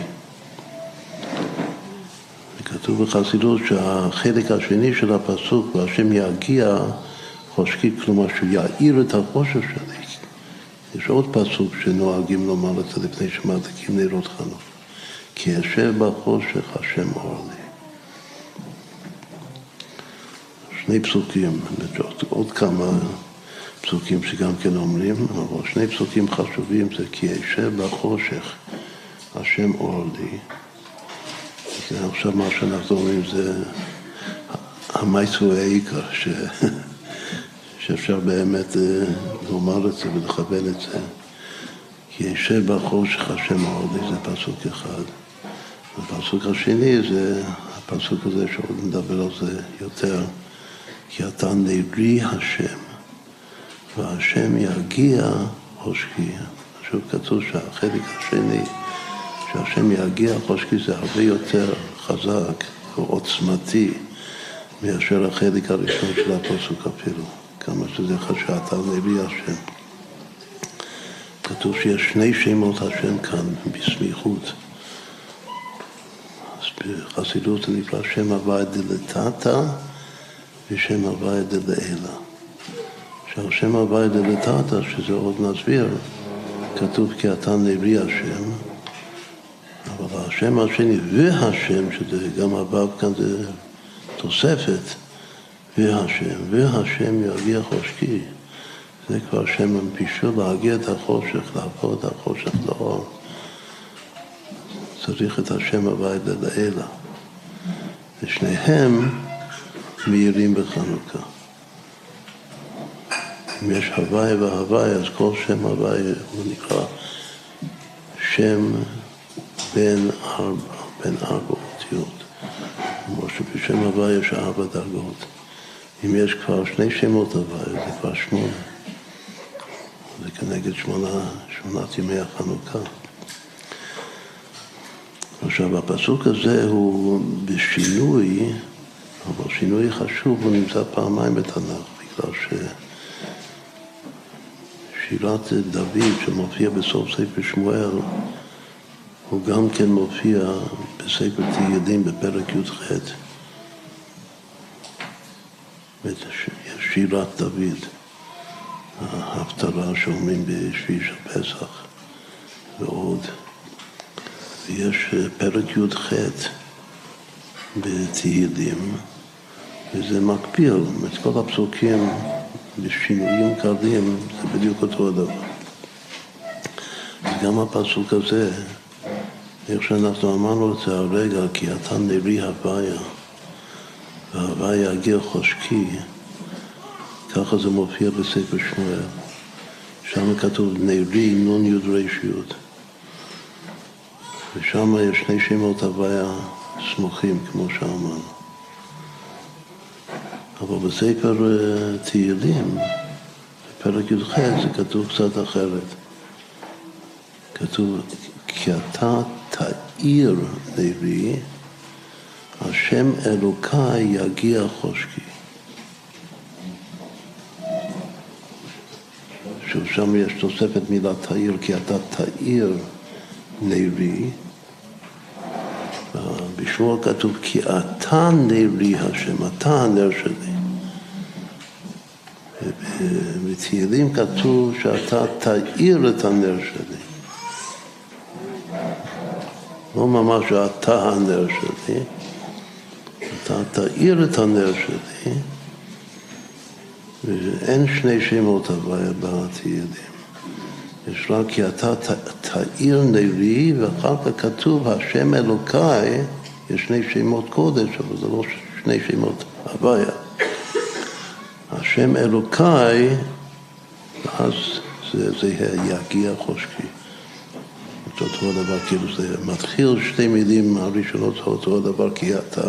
כתוב בחסידות שהחלק השני של הפסוק, והשם יגיע חושקי, כלומר שהוא יאיר את החושך שלי. יש עוד פסוק שנוהגים לומר את זה לפני שמדליקים נרות חנוכה. כי ישב בחושך השם אור לי. שני פסוקים, עוד כמה פסוקים שגם כן אומרים, אבל שני פסוקים חשובים זה כי ישב בחושך השם אור לי. עכשיו מה שאנחנו אומרים זה המייסו העיקר, שאפשר באמת לומר את זה ולכוון את זה. כי ישב בחושך השם אור לי, זה פסוק אחד. הפסוק השני זה הפסוק הזה שעוד נדבר על זה יותר. כי אתה נרי השם, והשם יגיע חושקי. עכשיו כתוב שהחלק השני, שהשם יגיע חושקי זה הרבה יותר חזק ועוצמתי מאשר החלק הראשון של הפסוק אפילו. כמה שזה חשב, אתה נרי השם. כתוב שיש שני שמות השם כאן בסמיכות. אז בחסידות זה נקרא שם הוויה דלתתא ושם הוויה דלעילא. שהשם הוויה דלתתא, שזה עוד נסביר, כתוב כי אתה נרי השם, אבל השם השני והשם, שזה גם הבא כאן זה תוספת, והשם יגיע חושקי. זה כבר שם בשביל להגיע את החושך, להפוך את החושך לאור. צריך את השם הוואי לעילה. ושניהם מאירים בחנוכה. אם יש הוואי והוואי, אז כל שם הוואי הוא נקרא שם בין ארבע אותיות. כמו שבשם הוואי יש 4 דרגות. אם יש כבר 2 שמות הוואי, זה כבר 8. זה כנגד 8 ימי החנוכה. עכשיו, הפסוק הזה הוא בשינוי, אבל שינוי חשוב, הוא נמצא פעמיים בתנ"ך, בגלל ששירת דוד שמופיע בסוף ספר שמואל, הוא גם כן מופיע בספר תהילים בפרק י"ח. יש שירת דוד, ההפטרה שאומרים בשביעי של פסח ועוד. ויש פרק י"ח בתהילים, וזה מקביל, את כל הפסוקים בשינויים קלים, זה בדיוק אותו הדבר. וגם הפסוק הזה, איך שאנחנו אמרנו את זה הרגע, כי אתה נרי הוויה, והוויה יגיע חושקי, ככה זה מופיע בספר שמואל. שם כתוב נרי נון יוד ריש יוד. ושם יש 2 שמות הוויה סמוכים, כמו שאמרנו. אבל בספר תהילים, בפרק י"ח, זה כתוב קצת אחרת. כתוב, כי אתה תאיר נרי, השם אלוקי יגיע חושקי. שוב, שם יש תוספת מילה תאיר, כי אתה תאיר נרי. בשמואל כתוב, כי אתה נרי השם, אתה הנר שלי. בתהילים כתוב שאתה תאיר את הנר שלי. לא ממש שאתה הנר שלי, אתה תאיר את הנר שלי, ואין 2 שמות הוויה בתהילים. יש רק כי אתה תאיר נרי, ואחר כך כתוב השם אלוקי, יש 2 שמות קודש, אבל זה לא 2 שמות הוויה. השם אלוקי, אז זה יגיע חושקי. אותו הדבר, כאילו זה מתחיל 2 מילים הראשונות, אותו הדבר כי אתה,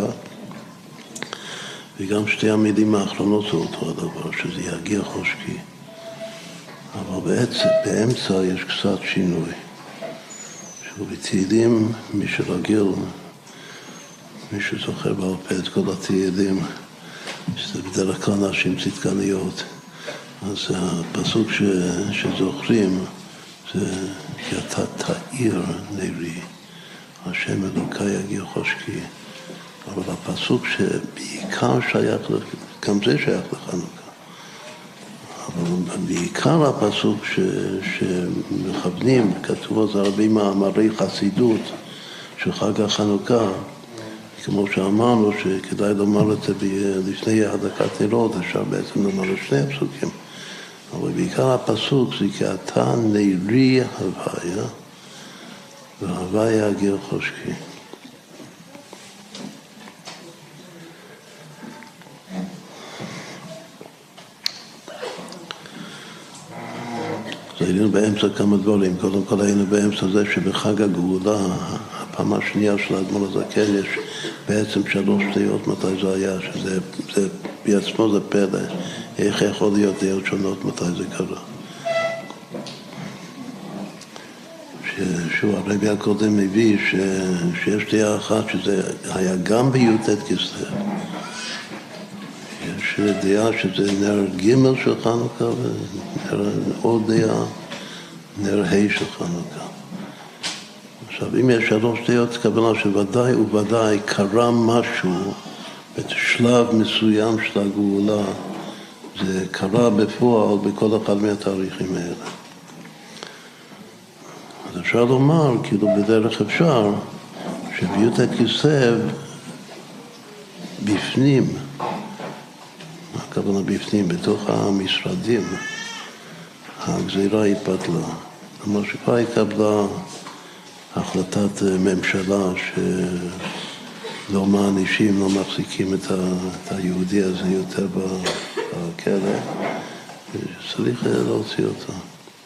וגם 2 המילים האחרונות זה אותו הדבר, שזה יגיע חושקי. אבל בעצם, באמצע יש קצת שינוי. שבתהילים, מי שרגיל, מי שזוכר בעל פה את כל התהילים, שזה בדרך כלל נשים צדקניות, אז הפסוק שזוכרים זה כי אתה תאיר נרי, השם אלוקי יגיע חושקי. אבל הפסוק שבעיקר שייך, גם זה שייך לחנוכה. אבל בעיקר הפסוק שמכוונים, כתוב על זה הרבה מאמרי חסידות של חג החנוכה, כמו שאמרנו שכדאי לומר את זה לפני הדלקת נרות, אפשר בעצם לומר את 2 הפסוקים. אבל בעיקר הפסוק זה כי אתה נרי הוויה, והוויה יגיע חושקי. היינו באמצע כמה דברים. קודם כל היינו באמצע זה שבחג הגאולה, הפעם השנייה של האדמו"ר הזקן, יש בעצם 3 דעות מתי זה היה, שזה בעצמו זה פלא. איך יכול להיות דעות שונות מתי זה קרה. שהוא הרבי הקודם מביא שיש דעה אחת שזה היה גם בי"ט כסלו. יש דעה שזה נר ג' של חנוכה ועוד דעה נר ה' של חנוכה. עכשיו, אם יש 3 דעות, כוונה שוודאי וודאי קרה משהו בשלב מסוים של הגאולה, זה קרה בפועל בכל אחד מהתאריכים האלה. אז אפשר לומר, כאילו בדרך אפשר, שבי"ט כסלו בפנים הכוונה בפנים, בתוך המשרדים, הגזירה התבטלה. כלומר שכבר התקבלה החלטת ממשלה שלא מענישים, לא מחזיקים את היהודי הזה יותר בכלא, צריך להוציא אותו.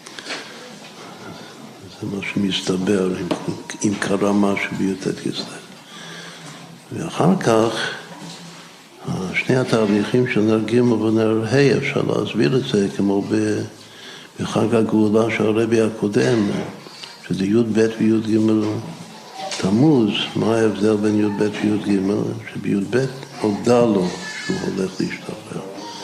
זה מה שמסתבר, אם קרה משהו בי"ט כסלו. ואחר כך, שני התהליכים של נר ג' ונר ה', אפשר להסביר את זה כמו בחג הגאולה של הרבי הקודם, שזה י"ב וי"ג תמוז. מה ההבדל בין י"ב וי"ג? שבי"ב הודע לו שהוא הולך להשתחרר.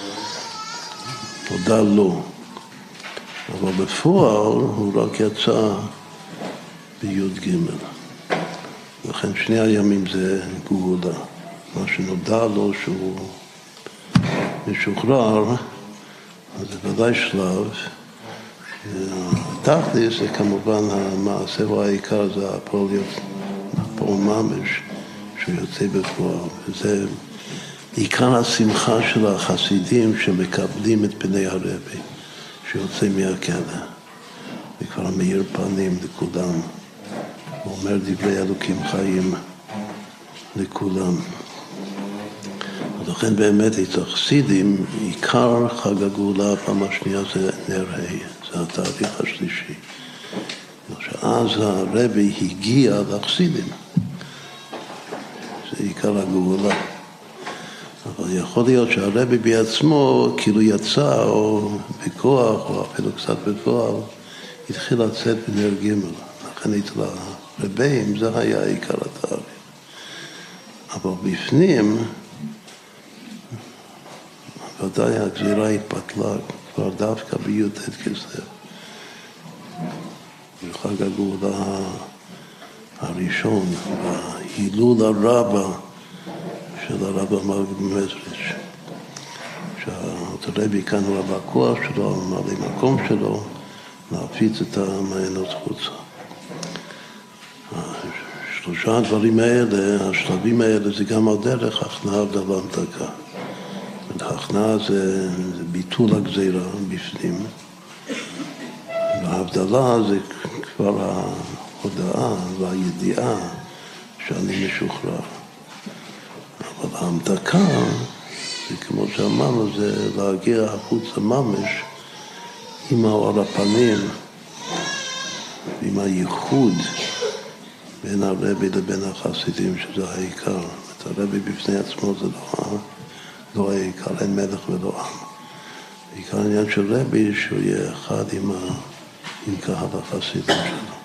הודע לו. אבל בפועל הוא רק יצא בי"ג. לכן שני הימים זה גאולה. מה שנודע לו שהוא משוחרר, אז זה ודאי שלב. תכלס זה כמובן המעשה הוא העיקר, זה הפועל ממש שיוצא בפועל. וזה עיקר השמחה של החסידים שמקבלים את פני הרבי, שיוצא מהכלא. וכבר מאיר פנים לכולם. הוא אומר דברי אלוקים חיים לכולם. ולכן באמת אצל חסידים, עיקר חג הגאולה הפעם השנייה זה נר ה', זה התאריך השלישי. שאז הרבי הגיע לחסידים. זה עיקר הגאולה. אבל יכול להיות שהרבי בעצמו כאילו יצא או בכוח או אפילו קצת בפועל, התחיל לצאת בנר ג'. לכן אצל הרבים זה היה עיקר התאריך. אבל בפנים, ודאי הגזירה התבטלה כבר דווקא בי"ט כסלו. בחג הגאולה הראשון, בהילול הרבה של הרב ממזריץ', שהרבי כאן הוא רב הכוח שלו, ממלא מקום שלו, להפיץ את המעיינות חוצה. שלושה הדברים האלה, השלבים האלה, זה גם על דרך הכנעה הבדלה המתקה. ההכנעה זה ביטול הגזירה בפנים, וההבדלה זה כבר ההודעה והידיעה שאני משוחרר. אבל ההמתקה, זה כמו שאמרנו, זה להגיע החוצה ממש עם האור הפנים, עם הייחוד בין הרבי לבין החסידים, שזה העיקר. את הרבי בפני עצמו זה לא העיקר, אין מלך ולא עם. העיקר העניין של רבי שהוא יהיה אחד עם קהל החסידים שלו.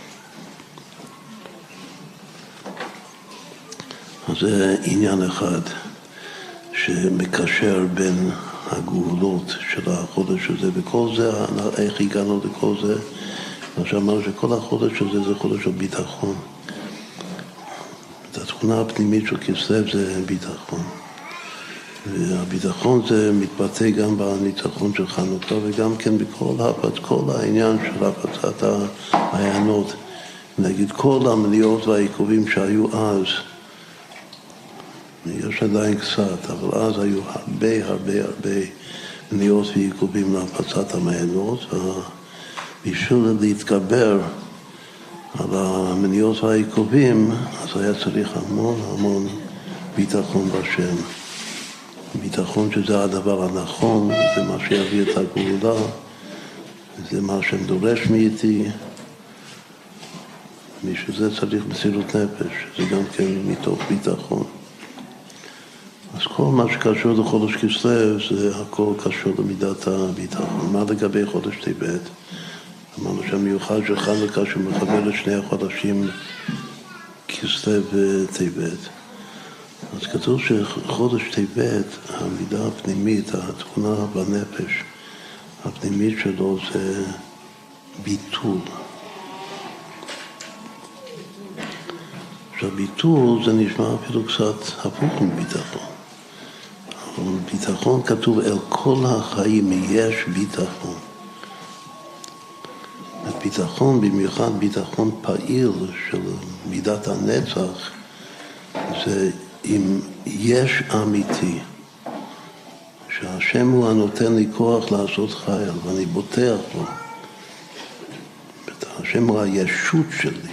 אז זה עניין אחד שמקשר בין הגאולות של החודש הזה, וכל זה, איך הגענו לכל זה? מה שאמר שכל החודש הזה זה חודש של ביטחון. התכונה הפנימית של כסלו זה ביטחון. והביטחון זה מתבטא גם בניצחון של חנוכה, וגם כן כל העניין של הפצת העיינות. נגיד כל המניעות והעיכובים שהיו אז, יש עדיין קצת, אבל אז היו הרבה מניעות ועיכובים להפצת המעיינות, ובשביל להתגבר על המניעות והעיכובים, אז היה צריך המון ביטחון בשם. ביטחון שזה הדבר הנכון, זה מה שיביא את הגאולה, זה מה שדורש מאיתי. משזה צריך מסירות נפש, זה גם כן מתוך ביטחון. אז כל מה שקשור לחודש כסלו, זה הכל קשור למידת הביטחון. מה לגבי חודש טבת? אמרנו שהמיוחד של חנוכה שמחבר לשני החודשים כסלו וטבת. אז כתוב שחודש טבת, המידה הפנימית, התכונה בנפש, הפנימית שלו זה ביטול. עכשיו ביטול זה נשמע אפילו קצת הפוך מביטחון. אבל ביטחון כתוב אל כל החיים יש ביטחון. ביטחון, במיוחד ביטחון פעיל של מידת הנצח, זה אם יש אמיתי, שהשם הוא הנותן לי כוח לעשות חייל, ואני בוטח בו. השם הוא הישות שלי.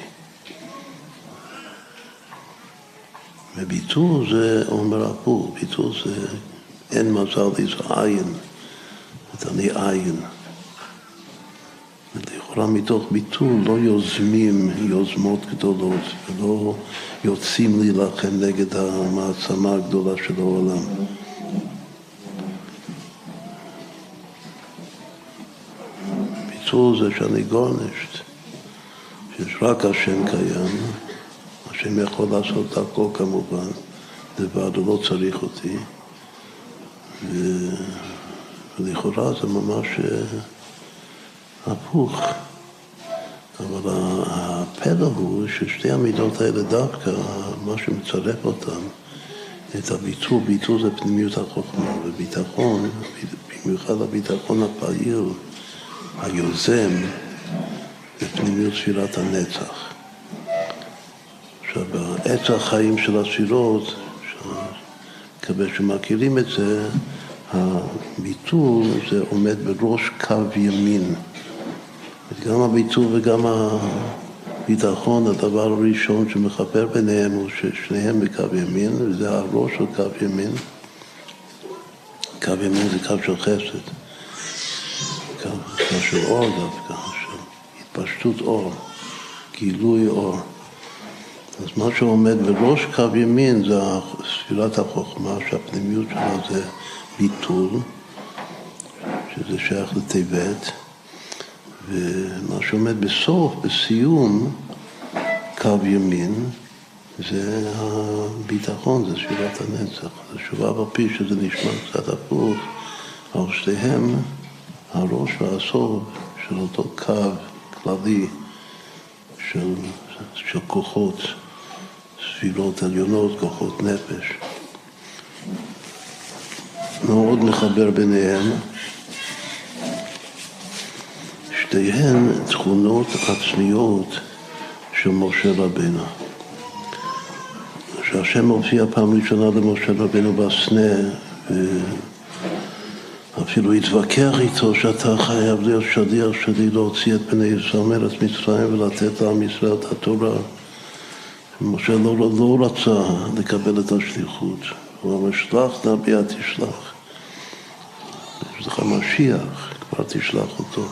וביטול זה אומר הפוך, ביטול זה אין מזל לי, זה עין. אני עין. לכאורה מתוך ביטול לא יוזמים יוזמות גדולות, ולא יוצאים להילחם נגד המעצמה הגדולה של העולם. ביטול זה שאני גורנשט, שיש רק השם קיים, השם יכול לעשות את הכל כמובן, לבד הוא לא צריך אותי, ולכאורה זה ממש הפוך. אבל הפלא הוא ששתי המידות האלה דווקא, מה שמצרף אותם, את הביטול, ביטול זה פנימיות החוכמה, וביטחון, במיוחד הביטחון הפעיל, היוזם, זה פנימיות ספירת הנצח. עכשיו, בעץ החיים של הספירות, מקווה שמכירים את זה, הביטול זה עומד בראש קו ימין. גם הביטול וגם הביטחון, הדבר הראשון שמחבר ביניהם הוא ששניהם בקו ימין, וזה הראש של קו ימין. קו ימין זה קו של חסד, קו של אור דווקא, של התפשטות אור, גילוי אור. אז מה שעומד בראש קו ימין זה ספירת החוכמה, שהפנימיות שלה זה ביטול, שזה שייך לטבעת, ומה שעומד בסוף, בסיום קו ימין, זה הביטחון, זה ספירת הנצח. זה שובה בפי שזה נשמע קצת הפוך, אבל שתיהם הראש והסוף של אותו קו כללי של כוחות, ספירות עליונות, כוחות נפש. מאוד מחבר ביניהם. שתיהן תכונות עצמיות של משה רבנו. שהשם הופיע פעם ראשונה למשה רבנו בסנה, ואפילו התווכח איתו שאתה חייב להיות שליח שלי להוציא את בני ישראל מארץ מצרים ולתת לעם ישראל את התורה. משה לא רצה לקבל את השליחות. הוא אמר, שלח נביא תשלח. יש לך משיח, כבר תשלח אותו.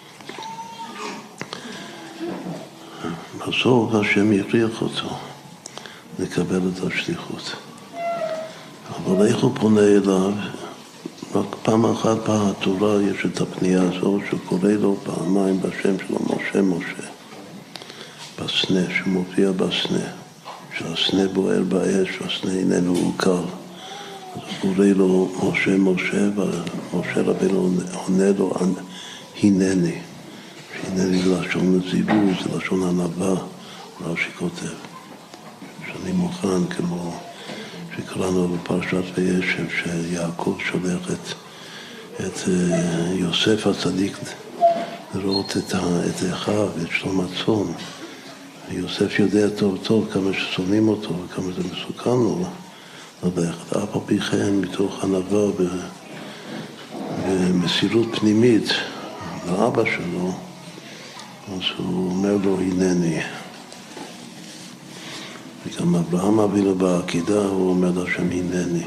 בסוף השם הכריח אותו לקבל את השליחות. אבל איך הוא פונה אליו? רק פעם אחת בתורה יש את הפנייה הזו שקורא לו פעמיים בשם שלו משה משה. בסנה, שמופיע בסנה. שהסנה בוער באש, והסנה איננו עוקר. אז הוא קורא לו משה משה, ומשה רבנו עונה לו הנני. הנני זה לשון זיווג, זה לשון ענווה, רש"י כותב. שאני מוכן, כמו שקראנו בפרשת וישב, שיעקב שולח את יוסף הצדיק לראות את אחיו, את שלום הצאן. יוסף יודע טוב טוב כמה ששונאים אותו וכמה זה מסוכן לו ללכת. אף על פי כן מתוך ענווה ומסירות פנימית לאבא שלו, אז הוא אומר לו הנני. וגם אברהם אבינו בעקידה הוא אומר להשם הנני.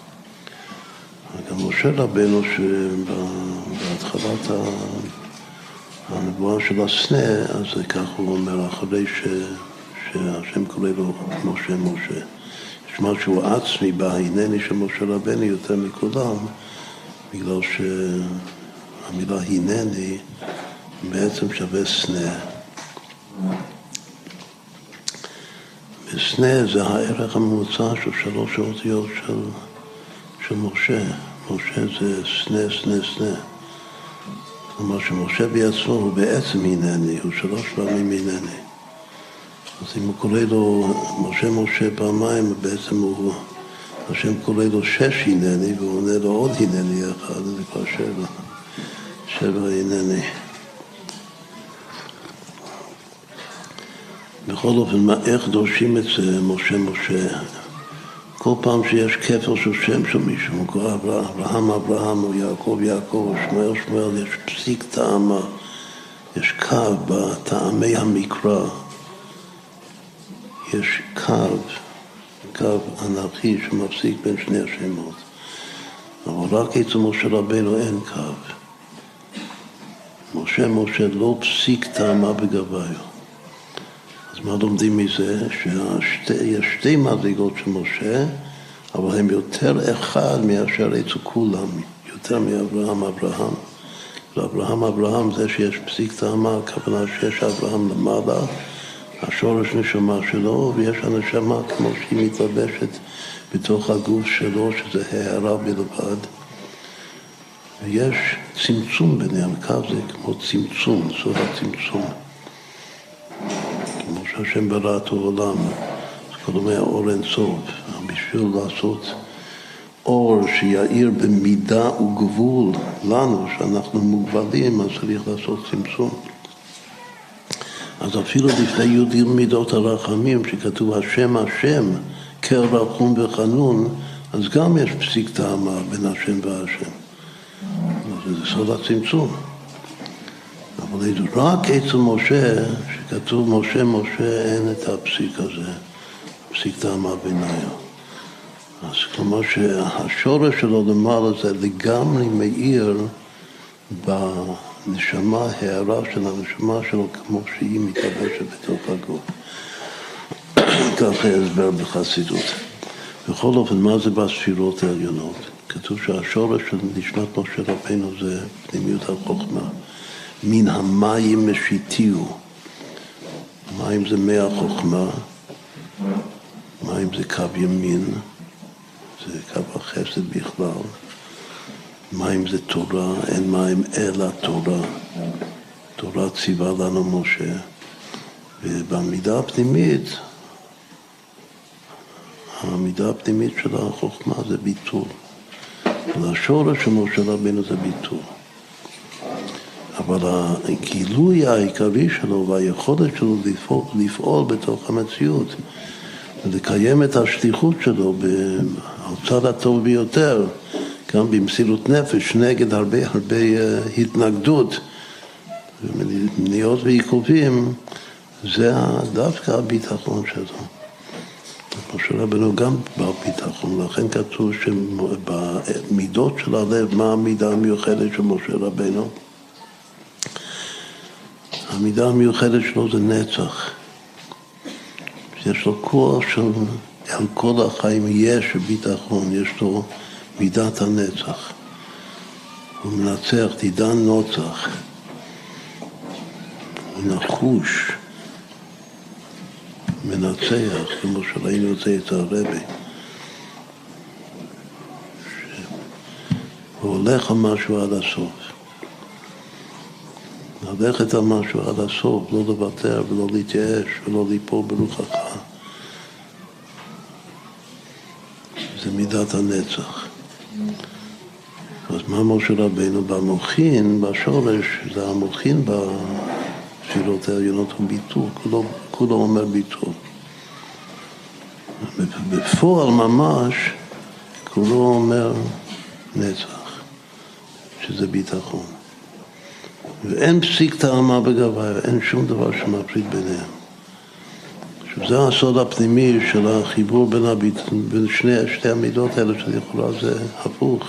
וגם משה רבנו שבהתחלת הנבואה של הסנה, אז כך הוא אומר אחרי שהשם קורא לו משה משה. יש משהו עצמי בהנני של משה רבנו יותר מכולם, בגלל שהמילה הנני בעצם שווה סנה. וסנה זה הערך הממוצע של 3 אותיות של משה. משה זה סנה, סנה, סנה. כלומר שמשה בעצמו הוא בעצם הנני, הוא 3 פעמים הנני. אז אם הוא קורא לו משה משה פעמיים, בעצם השם קורא לו 6 הנני, והוא עונה לו עוד הנני אחד, זה כבר 7 הנני. בכל אופן, איך דורשים את זה משה משה? כל פעם שיש כפל של שם של מישהו, הוא קורא אברהם, אברהם, או יעקב, יעקב, או שמואל, שמואל, יש פסיק טעמה, יש קו בטעמי המקרא, יש קו אנכי שמפסיק בין שני השמות. אבל רק אצל משה רבנו אין קו. משה לא פסיק טעמה בגביו. אז מה לומדים מזה? שיש שתי מדרגות של משה, אבל הם יותר אחד מאשר אצל כולם, יותר מאברהם, אברהם. ואברהם זה שיש פסיק טעמה, הכוונה שיש אברהם למעלה, השורש נשמה שלו, ויש הנשמה כמו שהיא מתלבשת בתוך הגוף שלו, שזה הערה בלבד. ויש צמצום ביניהם, קו זה כמו צמצום, סוד הצמצום. כמו שהשם ברא את העולם, אז קוראים אור אין סוף, בשביל לעשות אור שיעיר במידה וגבול לנו, שאנחנו מוגבלים, אז צריך לעשות צמצום. אז אפילו לפני י' מידות הרחמים, שכתוב השם, קר רחום וחנון, אז גם יש פסיק טעמה בין השם והשם. זה סוד הצמצום. אבל רק אצל משה, שכתוב משה, אין את הפסיק הזה, הפסיק טעמה ביניהם. אז כלומר שהשורש שלו למעלה זה לגמרי מאיר בנשמה, הערה של הנשמה שלו כמו שהיא מתלבשת בתוך הגוף. ככה הסבר בחסידות. בכל אופן, מה זה בספירות העליונות? כתוב שהשורש של נשמת משה רבנו זה פנימיות החוכמה. מן המים משיתיהו. מים זה מי החוכמה, מים זה קו ימין, זה קו החסד בכלל. מים זה תורה, אין מים אלא תורה. תורה ציווה לנו משה. ובמידה הפנימית, המידה הפנימית של החוכמה זה ביטול. והשורש של משה רבנו זה ביטול. אבל הגילוי העיקרי שלו והיכולת שלו לפעול בתוך המציאות, לקיים את השליחות שלו בצד הטוב ביותר, גם במסירות נפש, נגד הרבה התנגדות ומניעות ועיכובים, זה דווקא הביטחון שלו. משה רבנו גם בביטחון, לכן כתוב שבמידות של הלב, מה המידה המיוחדת של משה רבנו? המידה המיוחדת שלו זה נצח. יש לו כוח של על כל החיים, יש ביטחון, יש לו מידת הנצח. הוא מנצח, תדען נוצח. הוא נחוש, מנצח, כמו שראינו את זה את הרבי. הוא הולך על משהו עד הסוף. ללכת על משהו עד הסוף, לא לוותר ולא להתייאש ולא ליפול ברוחך. זה מידת הנצח. אז מה משה רבנו במוחין, בשורש, זה המוחין בספירות העליונות הוא ביטול, כולו אומר ביטול. בפועל ממש, כולו אומר נצח, שזה ביטחון. ואין פסיק טעמה בגביו, אין שום דבר שמפריד ביניהם. זה הסוד הפנימי של החיבור בין שתי המידות האלה, שלכאורה זה הפוך.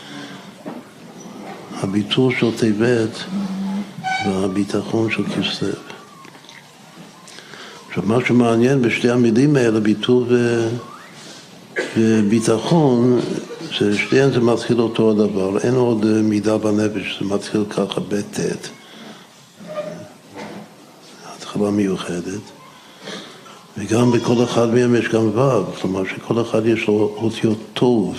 הביטול של טבת והביטחון של כסלו. עכשיו, מה שמעניין בשתי המילים האלה, ביטול וביטחון, ששתיהן זה מתחיל אותו הדבר. אין עוד מידה בנפש, זה מתחיל ככה בטט. התחלה מיוחדת. וגם בכל אחד מהם יש גם וו, כלומר שכל אחד יש לו אותיות טוב.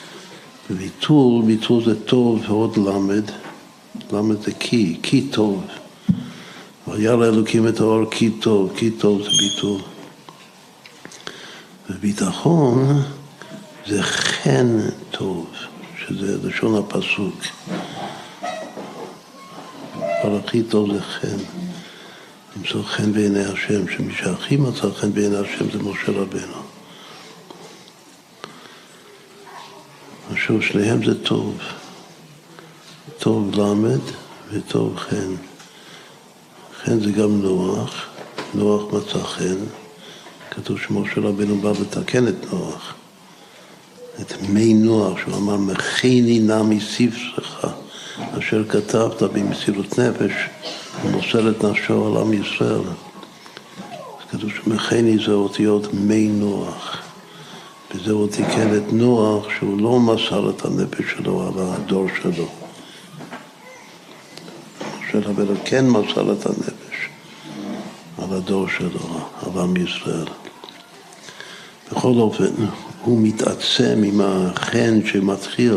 ביטול זה טוב ועוד למד. למד זה כי טוב. והיה לאלוקים את האור כי טוב זה ביטול. וביטחון זה חן טוב, שזה לשון הפסוק. אבל הכי טוב זה חן. למצוא חן בעיני השם, שמי שהכי מצא חן בעיני השם זה משה רבנו. שוב, שניהם זה טוב. טוב למד וטוב חן. חן זה גם נוח. נוח מצא חן. כתוב שמשה רבנו בא לתקן את נוח. את מי נוח, שהוא אמר, מכיני נא מספרך, אשר כתבת במסירות נפש, ומוסר את נפשו על עם ישראל. אז כתוב שמכיני זה אותיות מי נוח. וזה הוא תיקן את נוח, שהוא לא מסר את הנפש שלו על הדור שלו. משה רבנו כן מסר את הנפש על הדור שלו, על עם ישראל. בכל אופן, הוא מתעצם עם החן שמתחיל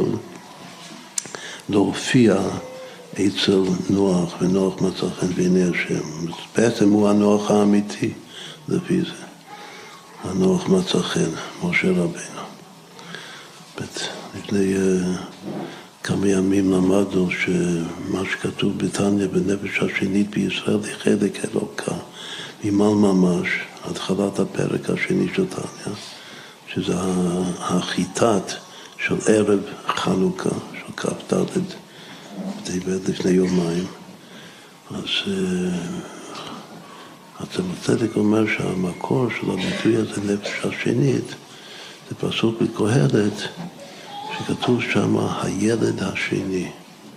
להופיע אצל נוח, ונוח מצא חן בעיני השם. בעצם הוא הנוח האמיתי, לפי זה. הנוח מצא חן, משה רבנו. לפני כמה ימים למדנו שמה שכתוב בתניא בנפש השנית בישראל היא חלק אלוקה, ממעל ממש, התחלת הפרק השני של תניא, שזה החיטת של ערב חנוכה, של כ"ד בטבת לפני יומיים. אז הצמח צדק אומר שהמקור של הביטוי הזה נפש השנית זה פסוק בקהלת שכתוב שם הילד השני.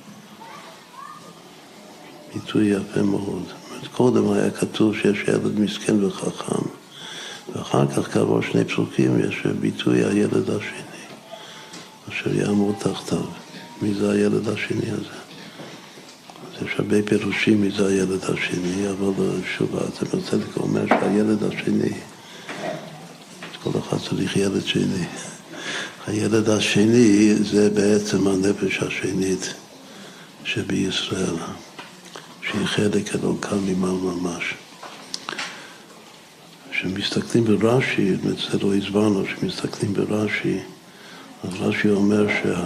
ביטוי יפה מאוד. קודם היה כתוב שיש ילד מסכן וחכם, ואחר כך כעבור שני פסוקים יש ביטוי הילד השני, אשר יעמוד תחתיו. מי זה הילד השני הזה? יש הרבה פירושים מי זה הילד השני, אבל שוב, הצמח צדק אומר שהילד השני, כל אחד צריך ילד שני. הילד השני זה בעצם הנפש השנית שבישראל, שהיא חלק אלוקה ממעל ממש. כשמסתכלים ברש"י, זה לא הסברנו, כשמסתכלים ברש"י, אז רש"י אומר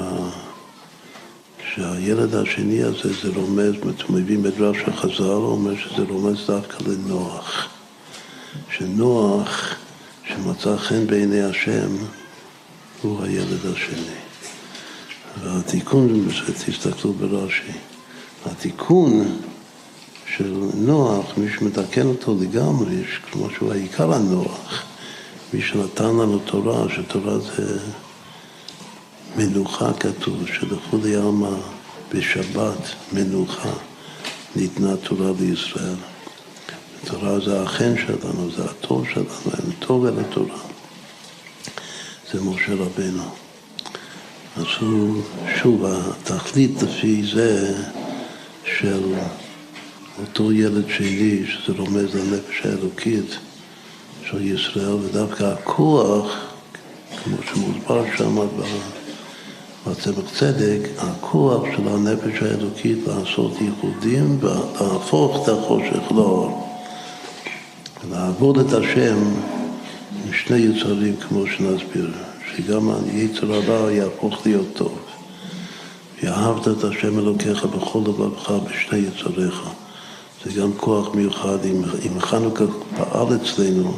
שהילד השני הזה זה רומז, הוא מביא מדרש החז"ל, הוא אומר שזה רומז דווקא לנוח. שנוח, שמצא חן בעיני השם, הוא הילד השני. והתיקון, תסתכלו ברש"י, התיקון של נוח, מי שמתקן אותו לגמרי, כמו שהוא העיקר הנוח, מי שנתן לנו תורה, שתורה זה מנוחה כתוב, שלכולי עלמא בשבת מנוחה ניתנה תורה לישראל. התורה זה החן שלנו, זה הטוב שלנו, אין טוב אל התורה. זה משה רבנו. אז הוא, שוב, התכלית לפי זה של אותו ילד שני, שזה רומז לנפש האלוקית של ישראל, ודווקא הכוח, כמו שמוסבר שם בצמח צדק, הכוח של הנפש האלוקית לעשות ייחודים ולהפוך את החושך לאור. לעבוד את השם עם שני יצרים, כמו שנסביר, שגם היצר הרע יהפוך להיות טוב. ואהבת את השם אלוקיך בכל לבבך בשני יצריך. זה גם כוח מיוחד. אם חנוכה פעל אצלנו,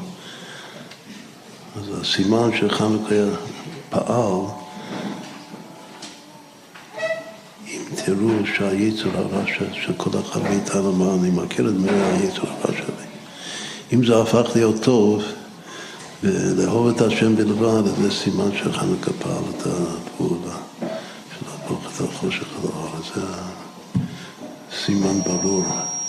אז הסימן שחנוכה פעל, אם תראו שהיצר הרע של כל אחד מאיתנו, מה אני מכיר את מראה היצר הרע שלי. אם זה הפך להיות טוב, ולאהוב את השם בלבד, זה סימן שחנוכה פעל את הפעולה, של להפוך את החושך לאור. זה סימן ברור.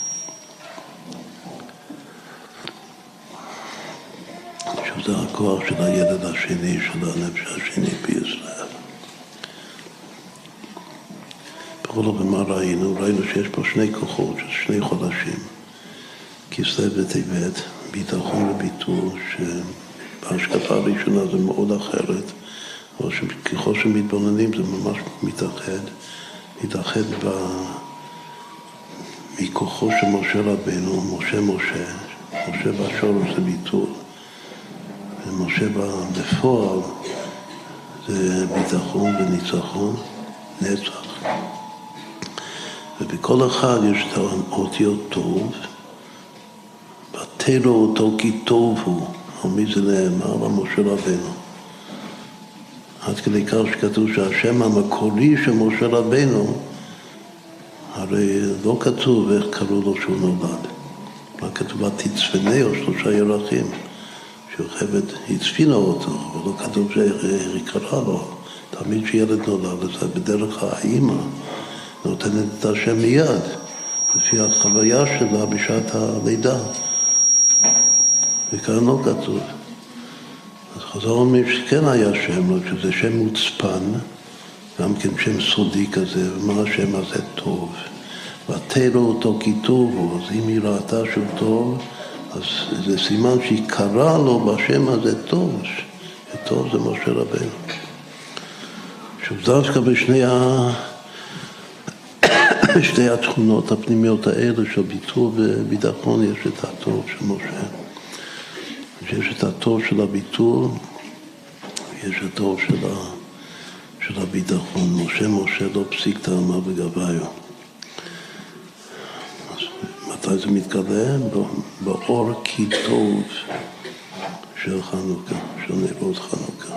שזה הכוח של הילד השני, של הנפש השני בישראל. בכל אופן מה ראינו? ראינו שיש פה שני כוחות, שני חודשים. כסלו וטבת, ביטחון וביטול, שבהשקפה הראשונה זה מאוד אחרת, אבל ככל שמתבוננים זה ממש מתאחד מכוחו של משה רבנו, משה בשורש זה ביטול, ומשה בפועל זה ביטחון וניצחון, נצח. ובכל אחד יש את האותיות טוב, בתלו אותו כי טוב הוא, על מי זה נאמר? על משה רבנו. עד כדי כך שכתוב שהשם המקורי של משה רבנו, הרי לא כתוב איך קראו לו שהוא נולד. מה כתוב? תצפנהו, 3 ירחים, שיוכבד הצפינה אותו, אבל לא כתוב שהיא קרא לו. תמיד שילד נולד, אז בדרך האמא נותנת את השם מיד, לפי החוויה שלה בשעת הלידה. וכאן לא כתוב. אז חז"ל אומרים שכן היה שם, לא שזה שם מוצפן, גם כן שם סודי כזה, ומה השם הזה טוב. ותראו אותו כי טובו, אז אם היא ראתה שהוא טוב, אז זה סימן שהיא קראה לו בשם הזה טוב, שטוב זה משה רבנו. שוב, דווקא בשתי התכונות הפנימיות האלה של ביטול וביטחון יש את הטוב של משה. יש את הטוב של הביטול, יש את הטוב של הביטחון. משה לא פסיק טעמה וגביו. אז מתי זה מתגלה? באור כי טוב של חנוכה, של נרות חנוכה.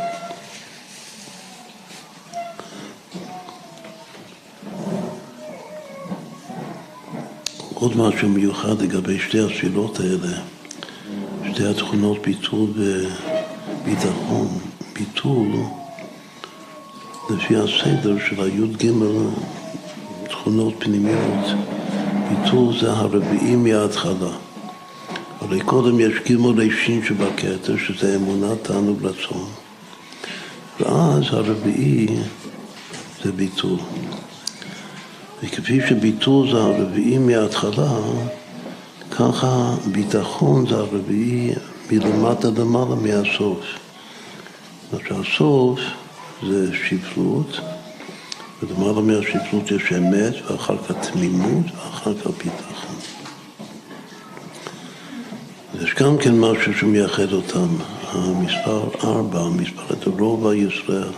עוד משהו מיוחד לגבי שתי הספירות האלה, שתי התכונות ביטול וביטחון. ביטול, לפי הסדר של הי"ג תכונות פנימיות, ביטול זה הרביעי מההתחלה. הרי קודם יש ג' ראשין שבכתר, שזה אמונה, תענוג, רצון. ואז הרביעי זה ביטול. וכפי שביטול זה הרביעי מההתחלה, ככה ביטחון זה הרביעי מלמטה למעלה מהסוף. הסוף זה שפלות, ולמעלה מהשפלות יש אמת, ואחר כך תמימות, ואחר כך ביטחון. יש גם כן משהו שמייחד אותם, המספר 4, המספר את רוב הישראל.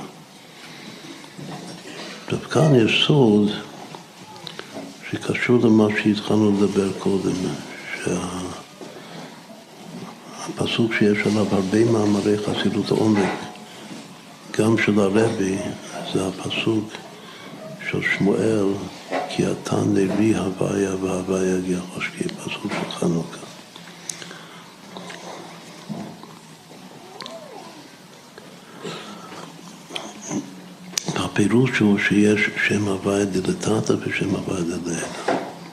וכאן יש סוד שקשור למה שהתחלנו לדבר קודם, שהפסוק שיש עליו הרבה מאמרי חסידות עומק, גם של הרבי, זה הפסוק של שמואל, כי אתה נבי הוויה והוויה יגיע חושקי, פסוק של חנוכה. הפירוש הוא שיש שם הוויה דלתתא ושם הוויה דלעילא.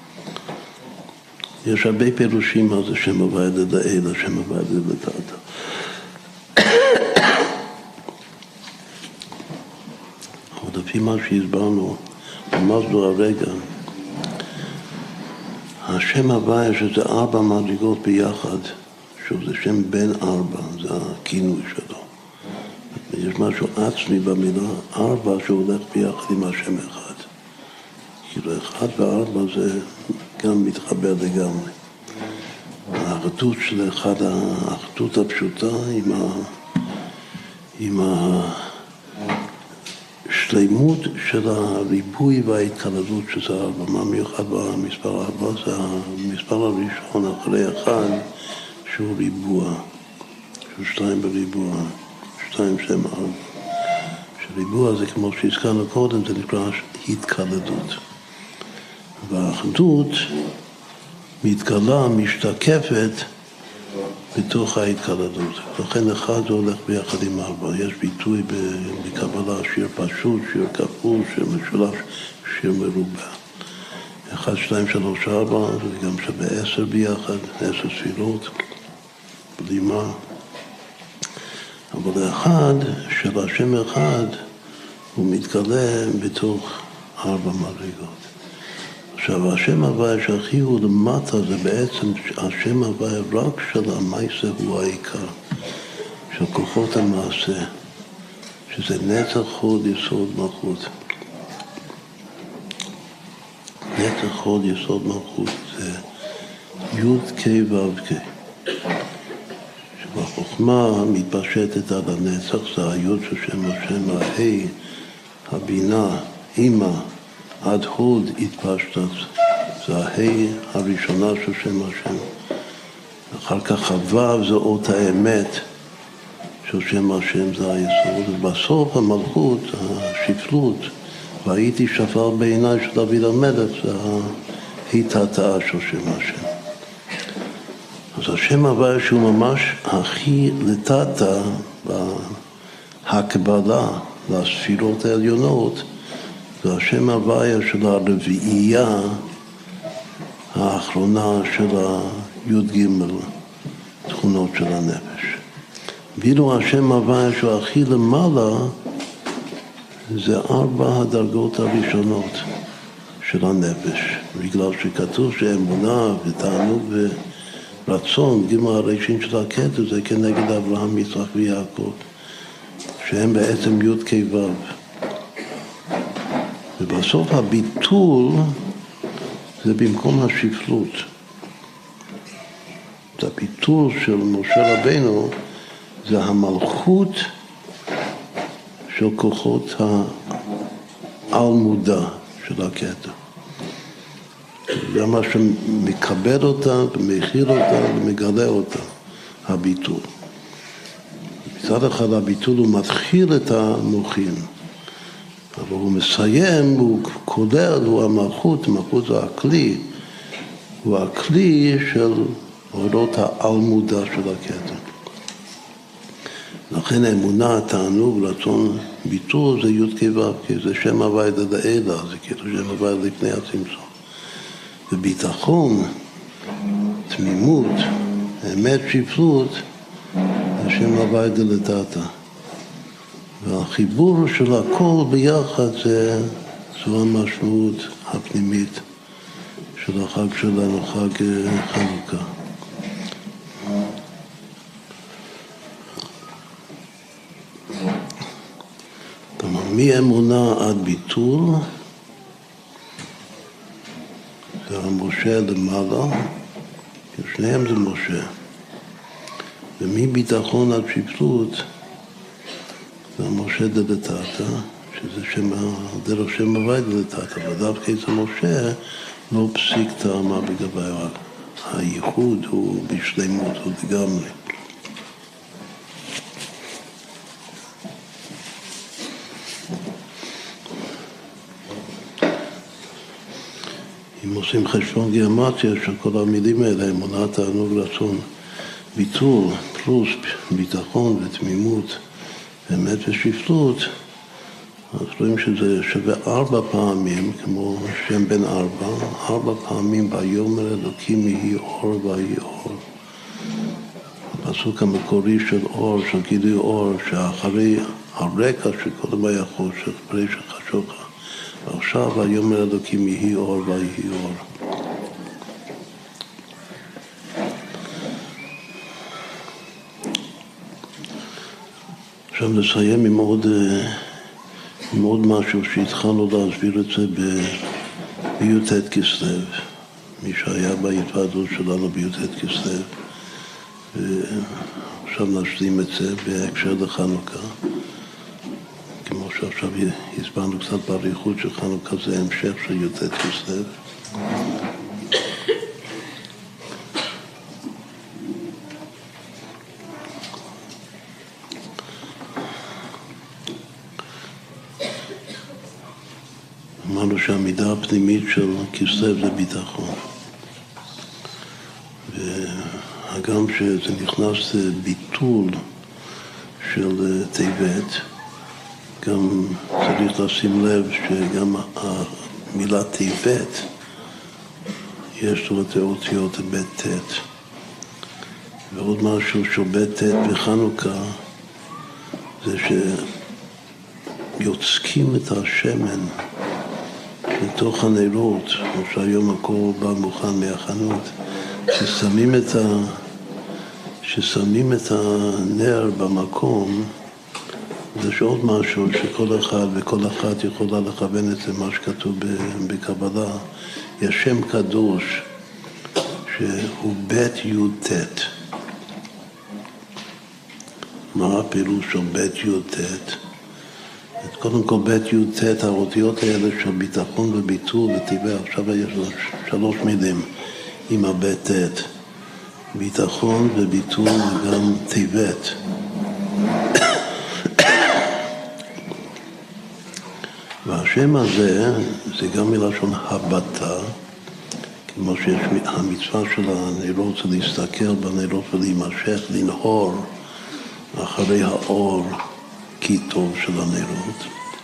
יש הרבה פירושים מה זה שם הוויה דלעילא, שם הוויה דלתתא. אבל לפי מה שהסברנו, רמזנו הרגע, השם הוויה שזה 4 מדרגות ביחד, שזה שם בן 4, זה הכינוי שלו. יש משהו עצמי במילה 4 שהולך ביחד עם השם אחד. כאילו 1 ו4 זה גם מתחבר לגמרי. האחדות של אחד, האחדות הפשוטה עם השלימות של הריבוי וההתקללות שזה 4. מה מיוחד במספר 4? זה המספר הראשון אחרי 1 שהוא ריבוע, שהוא 2 בריבוע. 2 שם 4. שריבוע זה כמו שהזכרנו קודם, זה נקרא התקלדות. והאחדות מתגלה, משתקפת בתוך ההתקלדות. לכן 1 זה הולך ביחד עם 4. יש ביטוי בקבלה, שיר פשוט, שיר כפול, שיר משולש, שיר מרובע. 1, 2, 3, 4, זה גם שווה 10 ביחד, 10 ספירות, בלימה. אבל האחד של השם אחד הוא מתגלה בתוך 4 מדרגות. עכשיו, השם הוויה שהכי הוא למטה זה בעצם השם הוויה רק של המעשה הוא העיקר, של כוחות המעשה, שזה נצח חוד יסוד מלכות. נצח חוד יסוד מלכות זה י' ק' ו' ק'. החוכמה מתפשטת על הנצח, זה היוד של שם השם, ההי, הבינה, אימא, עד הוד התפשטת, זה ההי הראשונה של שם השם. אחר כך הוו זה אות האמת, של שם השם זה היסוד, ובסוף המלכות, השפלות, והייתי שפר בעיניי של דוד המלך, זה ההתעתעה של שם השם. אז השם הוויה שהוא ממש הכי לטאטה בהקבלה לספירות העליונות, זה השם הוויה של הרביעייה האחרונה של הי"ג תכונות של הנפש. ואילו השם הוויה שהוא הכי למעלה, זה 4 הדרגות הראשונות של הנפש. בגלל שכתוב שאמונה ותענוג ורצון, ג' הראשין של הקטע, זה כנגד אברהם, יצחק ויעקב, שהם בעצם י' כ' ו'. ובסוף הביטול זה במקום השפלות. זה הביטול של משה רבנו, זה המלכות של כוחות העל-מודע של הקטע. זה מה שמקבל אותה ומכיל אותה ומגלה אותה, הביטול. מצד אחד הביטול הוא מתחיל את המוחין, אבל הוא מסיים, הוא כולל, הוא המלכות, המלכות זה הכלי, הוא הכלי של אורות העל-מודע של הקטע. לכן האמונה, תענוג, רצון, ביטול זה י' כ' ו', כי זה שם הוויה דלעילא, זה כאילו שם הוויה לפני הצמצום. וביטחון, תמימות, אמת, שפלות, זה שם הוויה דלתתא. והחיבור של הכל ביחד זו המשמעות הפנימית של החג שלנו, חג חנוכה. מאמונה עד ביטול, זה המשה למעלה, שניהם זה משה. ומביטחון עד שפלות, זה המשה דלתתא, שזה דרך שם הוויה דלתתא, ודווקא את המשה לא פסיק טעמה בגבי הייחוד, הוא בשלמות, הוא לגמרי. אם עושים חשבון גיאומטריה של כל המילים האלה, אמונה, תענוג, רצון, ביטול, פלוס ביטחון ותמימות, אמת ושפלות, אז רואים שזה שווה 4 פעמים, כמו שם בן 4 פעמים ויאמר אלוקים יהי אור ויהי אור. הפסוק המקורי של אור, של גילוי אור, שאחרי הרקע שקודם היה חושך, פרי שחשוכה. ועכשיו ויאמר אלוקים יהי אור ויהי אור. עכשיו נסיים עם עוד משהו שהתחלנו להסביר את זה בי"ט כסלו. מי שהיה בהתוועדות שלנו בי"ט כסלו. עכשיו נשלים את זה בהקשר לחנוכה. כמו שעכשיו הסברנו קצת באריכות של חנוכה, זה המשך של י"ט כסלו. אמרנו שהמידה הפנימית של כסלו זה ביטחון. וגם שזה נכנס לביטול של טבת, גם צריך לשים לב שגם המילה טבת יש לו את האותיות בית תת. ועוד משהו של בית תת בחנוכה זה שיוצקים את השמן לתוך הנרות, כמו שהיום הכל בא מוכן מהחנות, ששמים את הנר במקום. יש עוד משהו שכל אחד וכל אחת יכולה לכוון את זה, מה שכתוב בקבלה. יש שם קדוש שהוא בית י"ט. מה הפירוש של בית י"ט? קודם כל בית י"ט, האותיות האלה של ביטחון וביטול וטבע, עכשיו יש 3 מילים עם הבית ט', ביטחון וביטול וגם טבת. והשם הזה זה גם מלשון הבטה, כמו שיש המצווה של הנרות זה להסתכל בנרות ולהימשך, לנהור אחרי האור כי טוב של הנרות.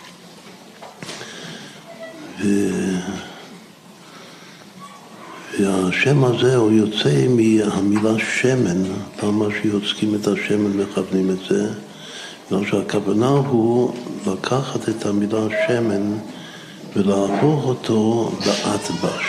והשם הזה הוא יוצא מהמילה שמן, למה שיוצקים את השמן מכוונים את זה? בגלל שהכוונה הוא לקחת את המילה שמן ולהפוך אותו לאטבש.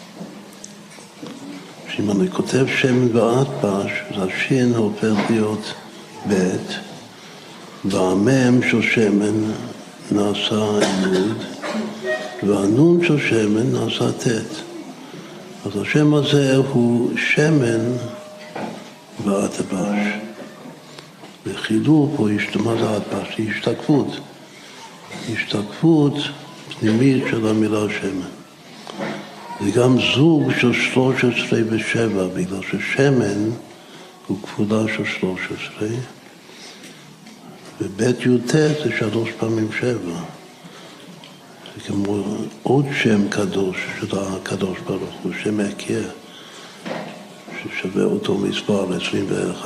שאם אני כותב שמן ואטבש, אז השין הופך להיות בית, והמם של שמן נעשה יוד, והנון של שמן נעשה תת. אז השם הזה הוא שמן ואטבש. בחילוק הוא מה זה אטבש? היא השתקפות. השתקפות פנימית של המילה שמן. זה גם זוג של 13 ו7, בגלל ששמן הוא כפולה של 13, ובית י"ט זה 3 פעמים 7. זה כמו עוד שם קדוש של הקדוש ברוך הוא, שם הכיר, ששווה אותו מספר 21.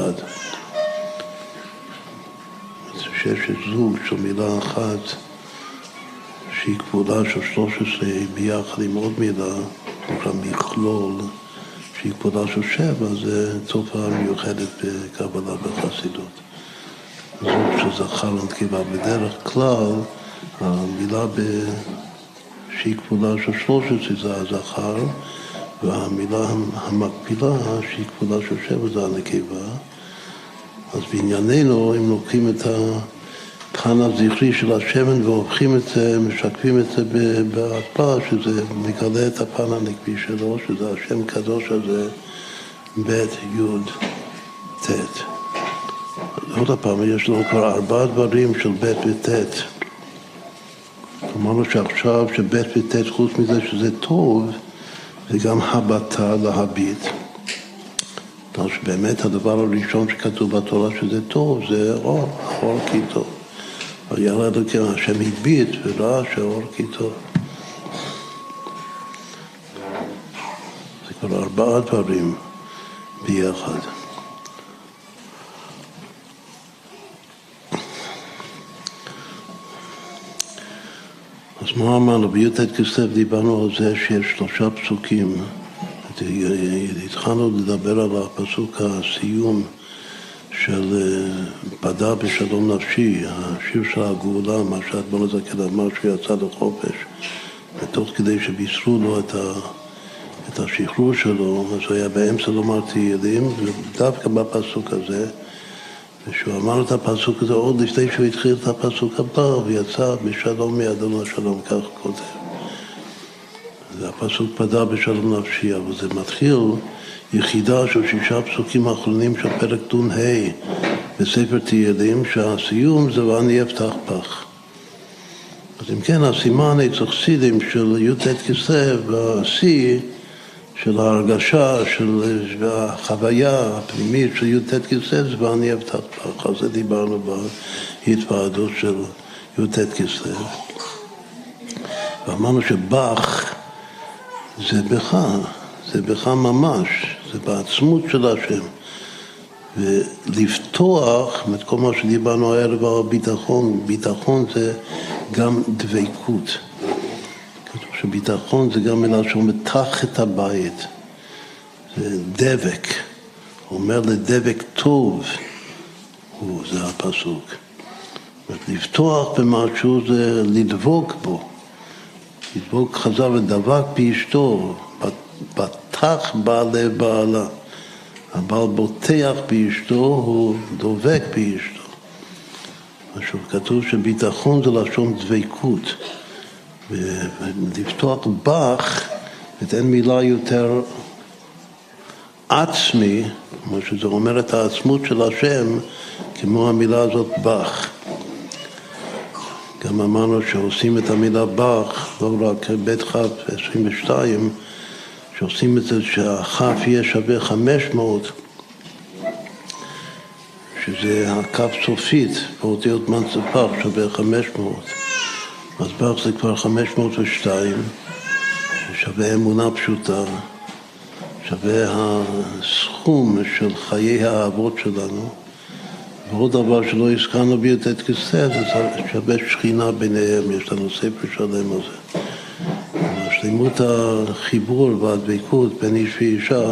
שיש זוג של מילה אחת שהיא כפולה של 13 ביחד עם עוד מילה, נקרא מכלול, שהיא כפולה של 7, זה תופעה מיוחדת בקבלה בחסידות. זוג של זכר ונקבה. בדרך כלל המילה שהיא כפולה של 13 זה הזכר, והמילה המקבילה שהיא כפולה של 7 זה הנקבה. אז בענייננו, אם לוקחים את הפן הזכרי של השמן והופכים את זה, משקפים את זה בהטבע, שזה מגלה את הפן הנקבי שלו, שזה השם קדוש הזה, בית יוד תת. עוד פעם, יש לנו כבר 4 דברים של בית ותת. אמרנו שעכשיו שבית ותת, חוץ מזה שזה טוב, זה גם הבטה להביט. שבאמת הדבר הראשון שכתוב בתורה שזה טוב, זה אור כי טוב. וירא אלוקים השם הביט וראה שאור כי טוב. זה כבר 4 דברים ביחד. אז מה אמרנו? בי"ט כסלו דיברנו על זה שיש 3 פסוקים. התחלנו לדבר על הפסוק הסיום של פדה בשלום נפשי, השיר של הגאולה, מה שהאדמו"ר הזקן אמר שהוא יצא לחופש, ותוך כדי שבישרו לו את השחרור שלו, אז הוא היה באמצע לומר תהילים, ודווקא בפסוק הזה, ושהוא אמר את הפסוק הזה עוד לפני שהוא התחיל את הפסוק הבא, ויצא בשלום מאדון השלום, כך כותב. זה הפסוק פדה בשלום נפשי, אבל זה מתחיל יחידה של 6 פסוקים האחרונים של פרק ת"ה בספר תהילים, שהסיום זה ואני אפתח פח. אז אם כן, הסימן אצל חסידים של י"ט כסלו, והשיא של ההרגשה, של החוויה הפנימית של י"ט כסלו, זה ואני אפתח פח. על זה דיברנו בהתוועדות של י"ט כסלו. ואמרנו שבח זה בך, זה בך ממש, זה בעצמות של השם. ולפתוח, את כל מה שדיברנו הערב על ביטחון, ביטחון זה גם דבקות. כתוב שביטחון זה גם מילה שמתח את הבית, זה דבק. הוא אומר לדבק טוב, זה הפסוק. לפתוח במשהו זה לדבוק בו. לדבוק חזר ודבק באשתו, בטח בעלי בעלה. הבעל בוטח באשתו, הוא דובק באשתו. משהו כתוב שביטחון זה לשון דבקות. ולפתוח בך, אין מילה יותר עצמי, כמו שזה אומר את העצמות של השם, כמו המילה הזאת בך. גם אמרנו שעושים את המילה בך, לא רק בית כף 22, שעושים את זה שהכף יהיה שווה 500, שזה הקו סופית, באותיות מנצה פח שווה 500, אז פח זה כבר 502, שווה אמונה פשוטה, שווה הסכום של חיי האבות שלנו, ועוד דבר שלא הזכרנו בי"ט כסלו, זה שווה שכינה ביניהם, יש לנו ספר שלם על זה. שלמות החיבור והדבקות בין איש ואישה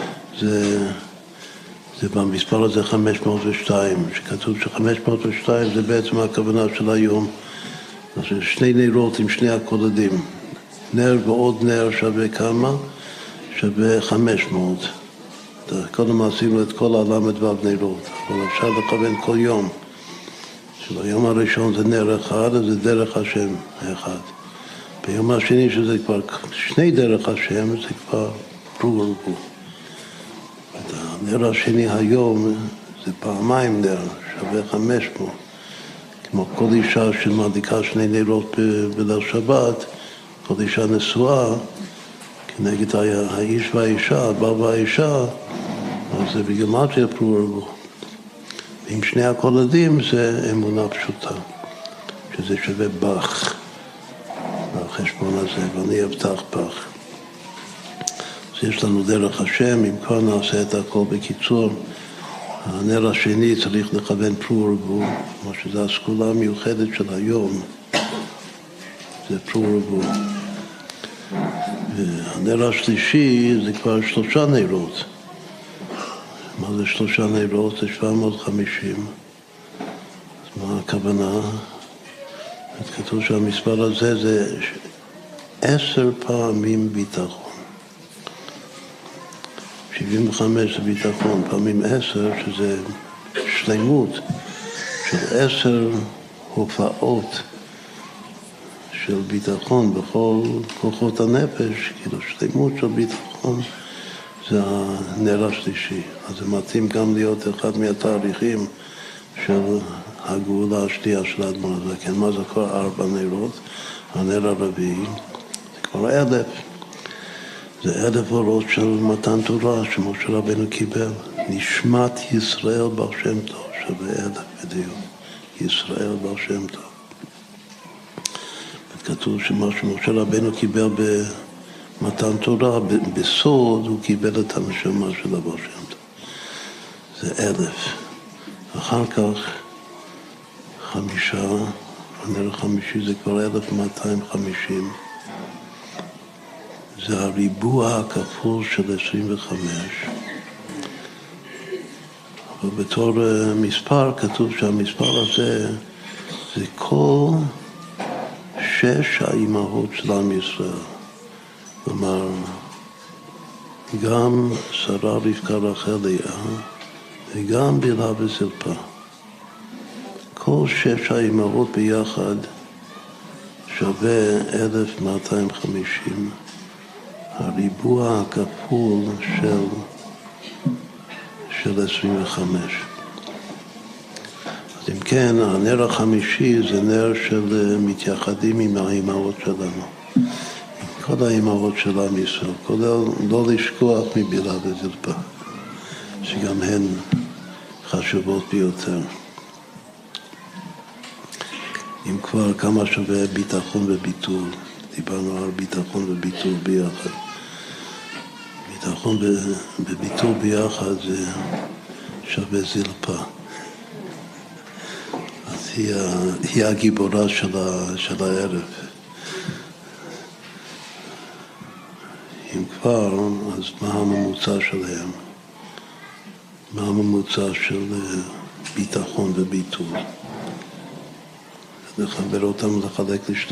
זה במספר הזה 502, שכתוב ש502 זה בעצם הכוונה של היום. אז שני נרות עם שני הקודדים, נר ועוד נר שווה כמה? שווה 500. קודם עשינו את כל הלמד והנרות, אבל אפשר לכוון כל יום. ביום הראשון זה נר אחד, אז זה דרך השם אחד. ביום השני שזה כבר שני דרך השם, זה כבר פרו ורבו. הנר השני היום זה פעמיים נר, שווה 500. כמו כל אישה שמדליקה שני נרות בליל שבת, כל אישה נשואה, כנגד האיש והאישה, הבעל והאישה, אז זה בגימטריה פרו ורבו. ועם שני הקולדים זה אמונה פשוטה, שזה שווה בח. החשבון הזה, ואני אבטח בך. אז יש לנו דרך השם, אם כבר נעשה את הכל בקיצור. הנר השני צריך לכוון פרו ורבו, כמו שזו הסגולה המיוחדת של היום, זה פרו ורבו. והנר השלישי זה כבר 3 נרות. מה זה 3 נרות? זה 750. אז מה הכוונה? כתוב שהמספר הזה זה 10 פעמים ביטחון. 75 זה ביטחון, פעמים 10 שזה שלמות של 10 הופעות של ביטחון בכל כוחות הנפש, כאילו שלמות של ביטחון זה הנר השלישי. אז זה מתאים גם להיות אחד מהתאריכים של הגאולה השנייה של האדמו"ר הזקן. מה זה כבר 4 נרות? הנר הרביעי זה כבר 1000. זה 1000 אורות של מתן תורה שמשה רבנו קיבל. נשמת ישראל בר שם טוב שווה 1000 בדיוק. ישראל בר שם טוב. כתוב שמה שמשה רבנו קיבל במתן תורה, בסוד הוא קיבל את הנשמה של הבר שם טוב. זה 1000. אחר כך 5, הנר החמישי זה כבר 1250. זה הריבוע הכפול של 25. אבל בתור מספר כתוב שהמספר הזה זה כל 6 האימהות של עם ישראל. כלומר, גם שרה, רבקה, רחל, לאה, וגם בלהה וזלפה. כל 6 האימהות ביחד שווה 1250. הריבוע הכפול של 25. אז אם כן, הנר החמישי זה נר של מתייחדים עם האימהות שלנו. עם כל האימהות של עם ישראל. כולל לא לשכוח מבלהה וזלפה, שגם הן חשובות ביותר. אם כבר כמה שווה ביטחון וביטול, דיברנו על ביטחון וביטול ביחד. ביטחון וביטול ביחד זה שווה זלפה. אז היא הגיבורה של הערב. אם כבר, אז מה הממוצע שלהם? מה הממוצע של ביטחון וביטול? לחבר אותם לחלק ל2.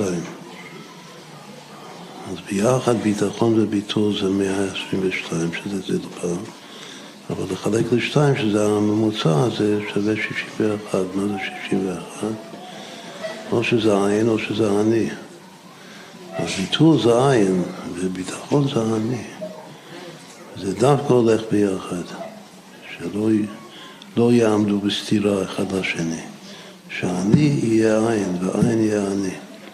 אז ביחד ביטחון וביטול זה 122, שזה זלפה. אבל לחלק ל2, שזה הממוצע, זה שווה 61. מה זה 61? או שזה עין או שזה אני. אז ביטול זה עין, וביטחון זה אני. זה דווקא הולך ביחד. שלא יעמדו בסתירה אחד לשני. שאני יהיה עין והעין יהיה אני.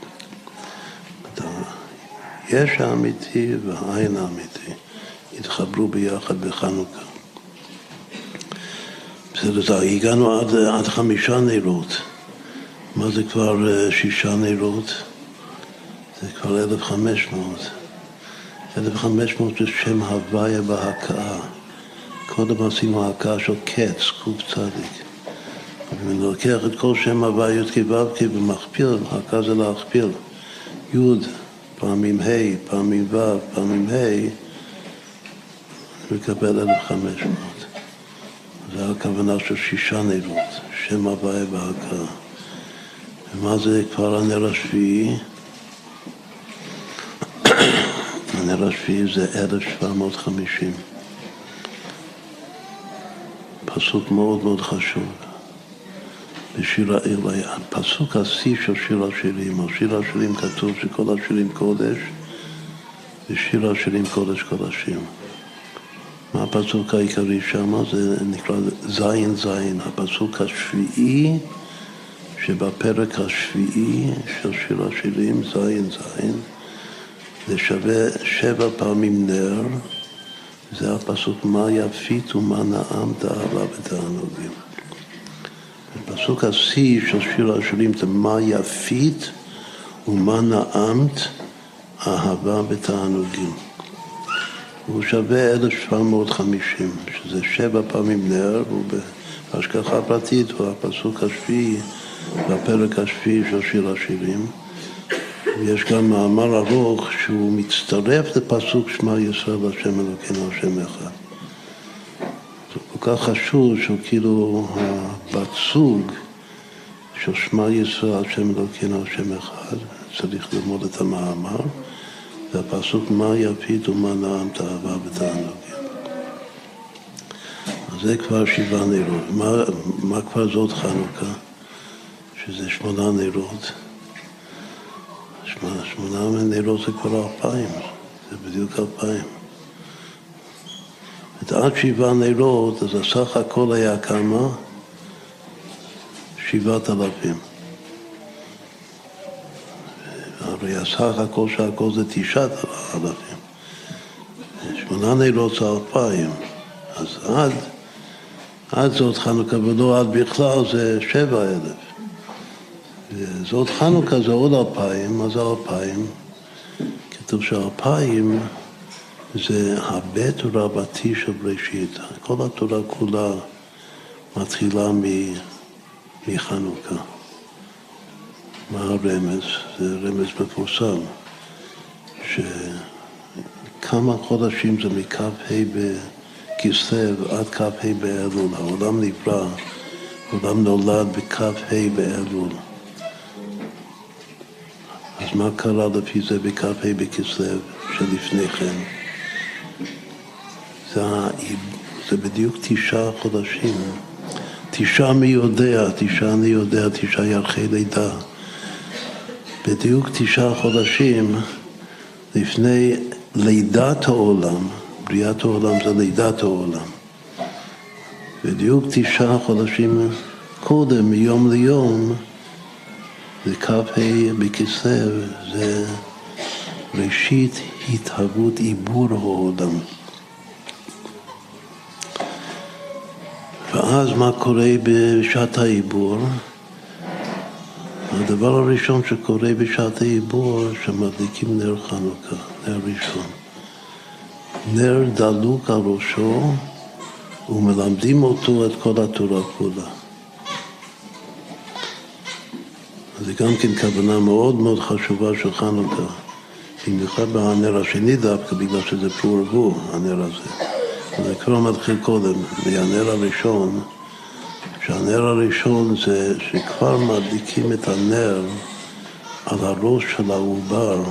יש האמיתי והעין האמיתי. התחברו ביחד בחנוכה. הגענו עד 5 נרות. מה זה כבר 6 נרות? זה כבר 1500. 1500 זה שם הוויה בהכאה. קודם עשינו ההכאה של קץ, קוף צדיק. אם אני לוקח את כל שם הוויה י' כ' ו' כ' ומכפיל, ההכאה זה להכפיל. י' פעמים ה', פעמים ו', פעמים ה', מקבל 1500. זה הכוונה של 6 נרות, שם הוויה בהכאה. ומה זה כבר הנר השביעי? הנר השביעי זה 1750. פסוק מאוד מאוד חשוב. בשיר האל, פסוק השיא של שיר השירים. על שיר השירים כתוב שכל השירים קודש, ושיר השירים קודש קודשים. מה הפסוק העיקרי שם? זה נקרא זין זין, הפסוק השביעי שבפרק השביעי של שיר השירים, זין זין, זה שווה 7 פעמים נר. זה הפסוק מה יפית ומה נעמת אהבה בתענוגים. הפסוק השיא של שיר השירים זה מה יפית ומה נעמת אהבה בתענוגים. הוא שווה 1750, שזה 7 פעמים נר, ובהשגחה פרטית הוא הפסוק השביעי, בפרק השביעי של שיר השירים. ויש גם מאמר ארוך שהוא מצטרף לפסוק שמע ישראל השם אלוקינו השם אחד. זה כל כך חשוב שהוא כאילו הבת-סוג של שמע ישראל השם אלוקינו השם אחד, צריך ללמוד את המאמר, והפסוק מה יפית ומה נעמת אהבה בתענוגים. אז זה כבר 7 נרות. מה כבר זאת חנוכה? שזה 8 נרות. 8 נרות זה כבר 2000, זה בדיוק 2000. עד 7 נרות, אז הסך הכל היה כמה? 7,000. הרי הסך הכל שהכל זה 9,000. 8 נרות זה 2,000. אז עד זאת חנוכה ולא עד בכלל זה 7,000. זאת חנוכה זה עוד 2,000, מה זה 2,000? כתוב ש2,000 זה הבית רבתי של בראשית. כל התורה כולה מתחילה מחנוכה. מה הרמז? זה רמז מפורסם, שכמה חודשים זה מכ"ה בכסלו עד כ"ה באלול. העולם נברא, העולם נולד בכ"ה באלול. אז מה קרה לפי זה בכ"ה בכסלו שלפני כן? זה בדיוק 9 חודשים. 9 מי יודע, 9 אני יודע, 9 ירחי לידה. בדיוק 9 חודשים לפני לידת העולם, בריאת העולם זה לידת העולם. בדיוק 9 חודשים קודם, מיום ליום, זה כ"ה בכסלו, זה ראשית התהוות עיבור העולם. ואז מה קורה בשעת העיבור? הדבר הראשון שקורה בשעת העיבור, שמדליקים נר חנוכה, נר ראשון. נר דלוק על ראשו, ומלמדים אותו את כל התורה כולה. זה גם כן כוונה מאוד מאוד חשובה של חנוכה, במיוחד בנר השני דווקא, בגלל שזה פור ורבו, הנר הזה. זה כבר מתחיל קודם, מהנר הראשון, שהנר הראשון זה שכבר מדליקים את הנר על הראש של העובר,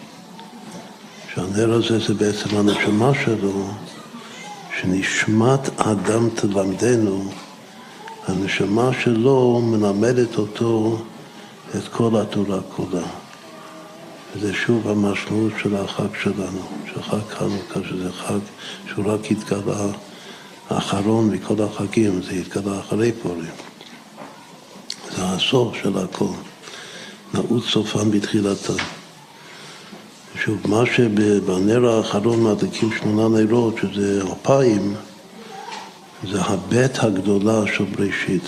שהנר הזה זה בעצם הנשמה שלו, שנשמת אדם תלמדנו, הנשמה שלו מלמדת אותו את כל התורה כולה. וזה שוב המשמעות של החג שלנו, של חג חנוכה, שזה חג שהוא רק התגלה האחרון מכל החגים, זה התגלה אחרי פורים. זה הסוף של הכל, נעוץ סופן בתחילתן. שוב, מה שבנר האחרון מדליקים 8 נרות, שזה 2,000, זה הבית הגדולה של בראשית.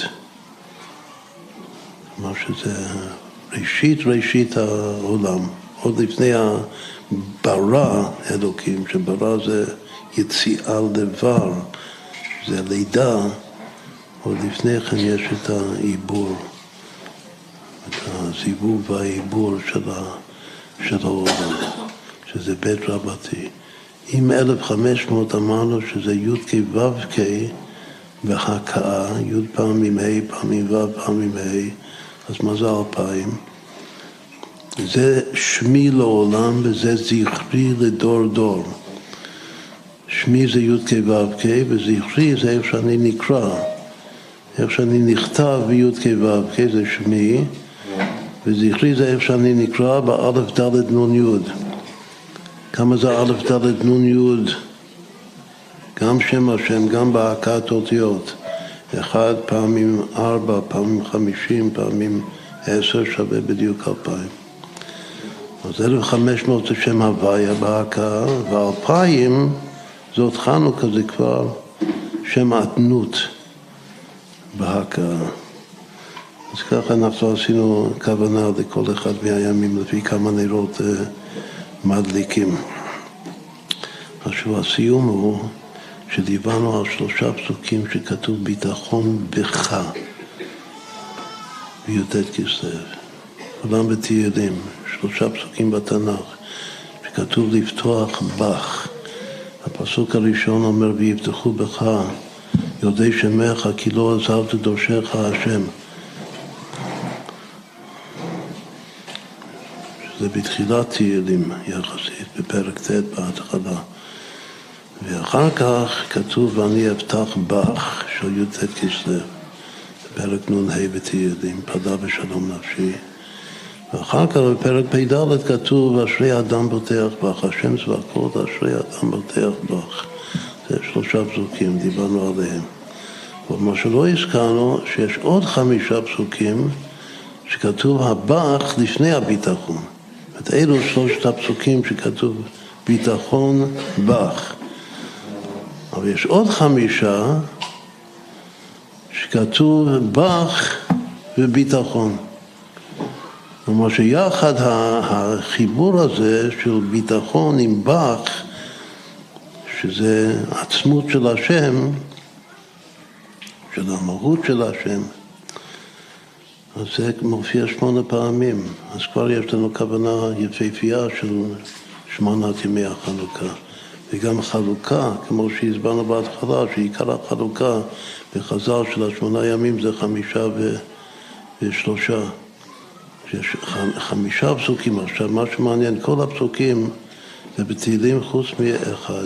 כלומר שזה ראשית העולם. עוד לפני הברא אלוקים, שברא זה יציאה לדבר, זה לידה, עוד לפני כן יש את העיבור, את הזיווג והעיבור של העולם, שזה בית רבתי. עם 1500 אמרנו שזה י' כ' ו' כ' והכאה, י' פעמים ה' פעמים ו' פעמים ה', אז מה זה 2000? זה שמי לעולם וזה זכרי לדור דור. שמי זה י' כ' ו' כ' וזכרי זה איך שאני נקרא, איך שאני נכתב בי' כ' ו' כ' זה שמי, וזכרי זה איך שאני נקרא באלף ד' נ' י'. כמה זה א' ד' נ' י'? גם שם השם, גם בהכאת אותיות. 1 פעמים 4, פעמים 50, פעמים 10 שווה בדיוק 2000. אז 1500 זה שם הוויה בהכאה, ו2000 זאת חנוכה, זה כבר שם אתנות בהכאה. אז ככה אנחנו עשינו כוונה לכל אחד מהימים לפי כמה נרות מדליקים. עכשיו הסיום הוא שדיברנו על 3 פסוקים שכתוב ביטחון בך בי"ט כסלו. כולם בתהילים, 3 פסוקים בתנ"ך שכתוב לפתוח בך. הפסוק הראשון אומר ויבטחו בך יודעי שמך כי לא עזבת דורשך השם. זה בתחילת תהילים יחסית, בפרק ט' בהתחלה. ואחר כך כתוב ואני אבטח בך של י"ט כסלו, בפרק נ"ה בתהילים, פדה בשלום נפשי. ואחר כך בפרק פ"ד כתוב אשרי אדם בוטח בך, השם צבאות אשרי אדם בוטח בך. זה 3 פסוקים, דיברנו עליהם. ומה שלא הזכרנו, שיש עוד 5 פסוקים שכתוב הבך לפני הביטחון. את אלו 3 הפסוקים שכתוב ביטחון בך. אבל יש עוד 5 שכתוב בך וביטחון. כלומר שיחד החיבור הזה של ביטחון עם בך, שזה עצמות של השם, של המהות של השם, אז זה מופיע 8 פעמים. אז כבר יש לנו כוונה יפהפייה של 8 ימי החנוכה. וגם חלוקה, כמו שהסברנו בהתחלה, שעיקר החלוקה בחז"ל של 8 ימים זה 5 ו3. יש 5 פסוקים. עכשיו, מה שמעניין, כל הפסוקים זה בתהילים חוץ מאחד.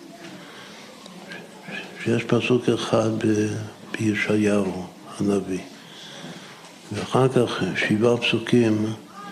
שיש פסוק אחד בישעיהו הנביא. ואחר כך 7 פסוקים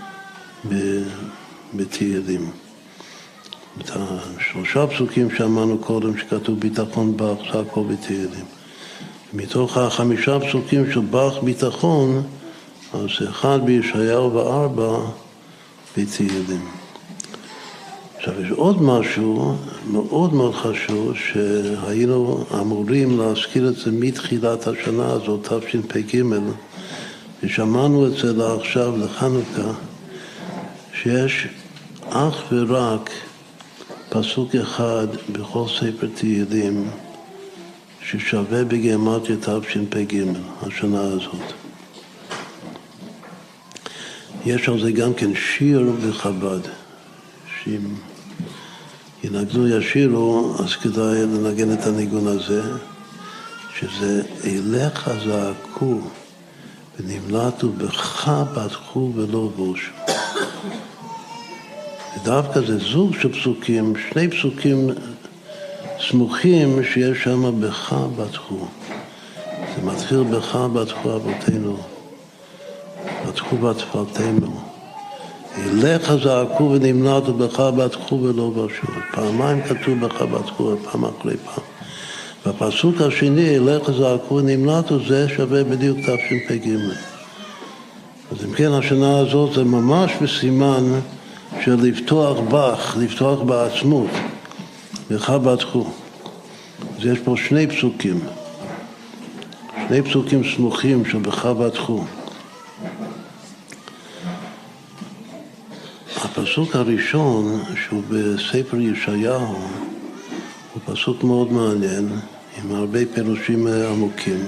בתהילים. את 3 פסוקים שאמרנו קודם שכתוב ביטחון בך, זה הכל בתהילים. מתוך 5 פסוקים של בך ביטחון, אז 1 בישעיהו ו4 בתהילים. עכשיו יש עוד משהו מאוד מאוד חשוב שהיינו אמורים להזכיר את זה מתחילת השנה הזאת, תשפ"ג, ושמענו את זה לעכשיו לחנוכה, שיש אך ורק פסוק אחד בכל ספר תהילים ששווה בגימטריה תשפ"ג, השנה הזאת. יש על זה גם כן שיר בחב"ד, שאם ינגנו ישירו, אז כדאי לנגן את הניגון הזה, שזה אליך זעקו ונמלטו בך בטחו ולא בושו. ודווקא זה זוג של פסוקים, 2 פסוקים סמוכים שיש שם בך בטחו. זה מתחיל בך בטחו אבותינו, בטחו בתפארתנו. אליך זעקו ונמלטו בך בטחו ולא בושו. פעמיים כתוב בך בטחו, פעם אחרי פעם. והפסוק השני, אליך זעקו ונמלטו, זה שווה בדיוק תשפ"ג. אז אם כן, השנה הזאת זה ממש בסימן של לפתוח בך, לפתוח בעצמות, בך בטחו. אז יש פה 2 פסוקים. שני פסוקים סמוכים של בך בטחו. הפסוק הראשון, שהוא בספר ישעיהו, הוא פסוק מאוד מעניין, עם הרבה פירושים עמוקים.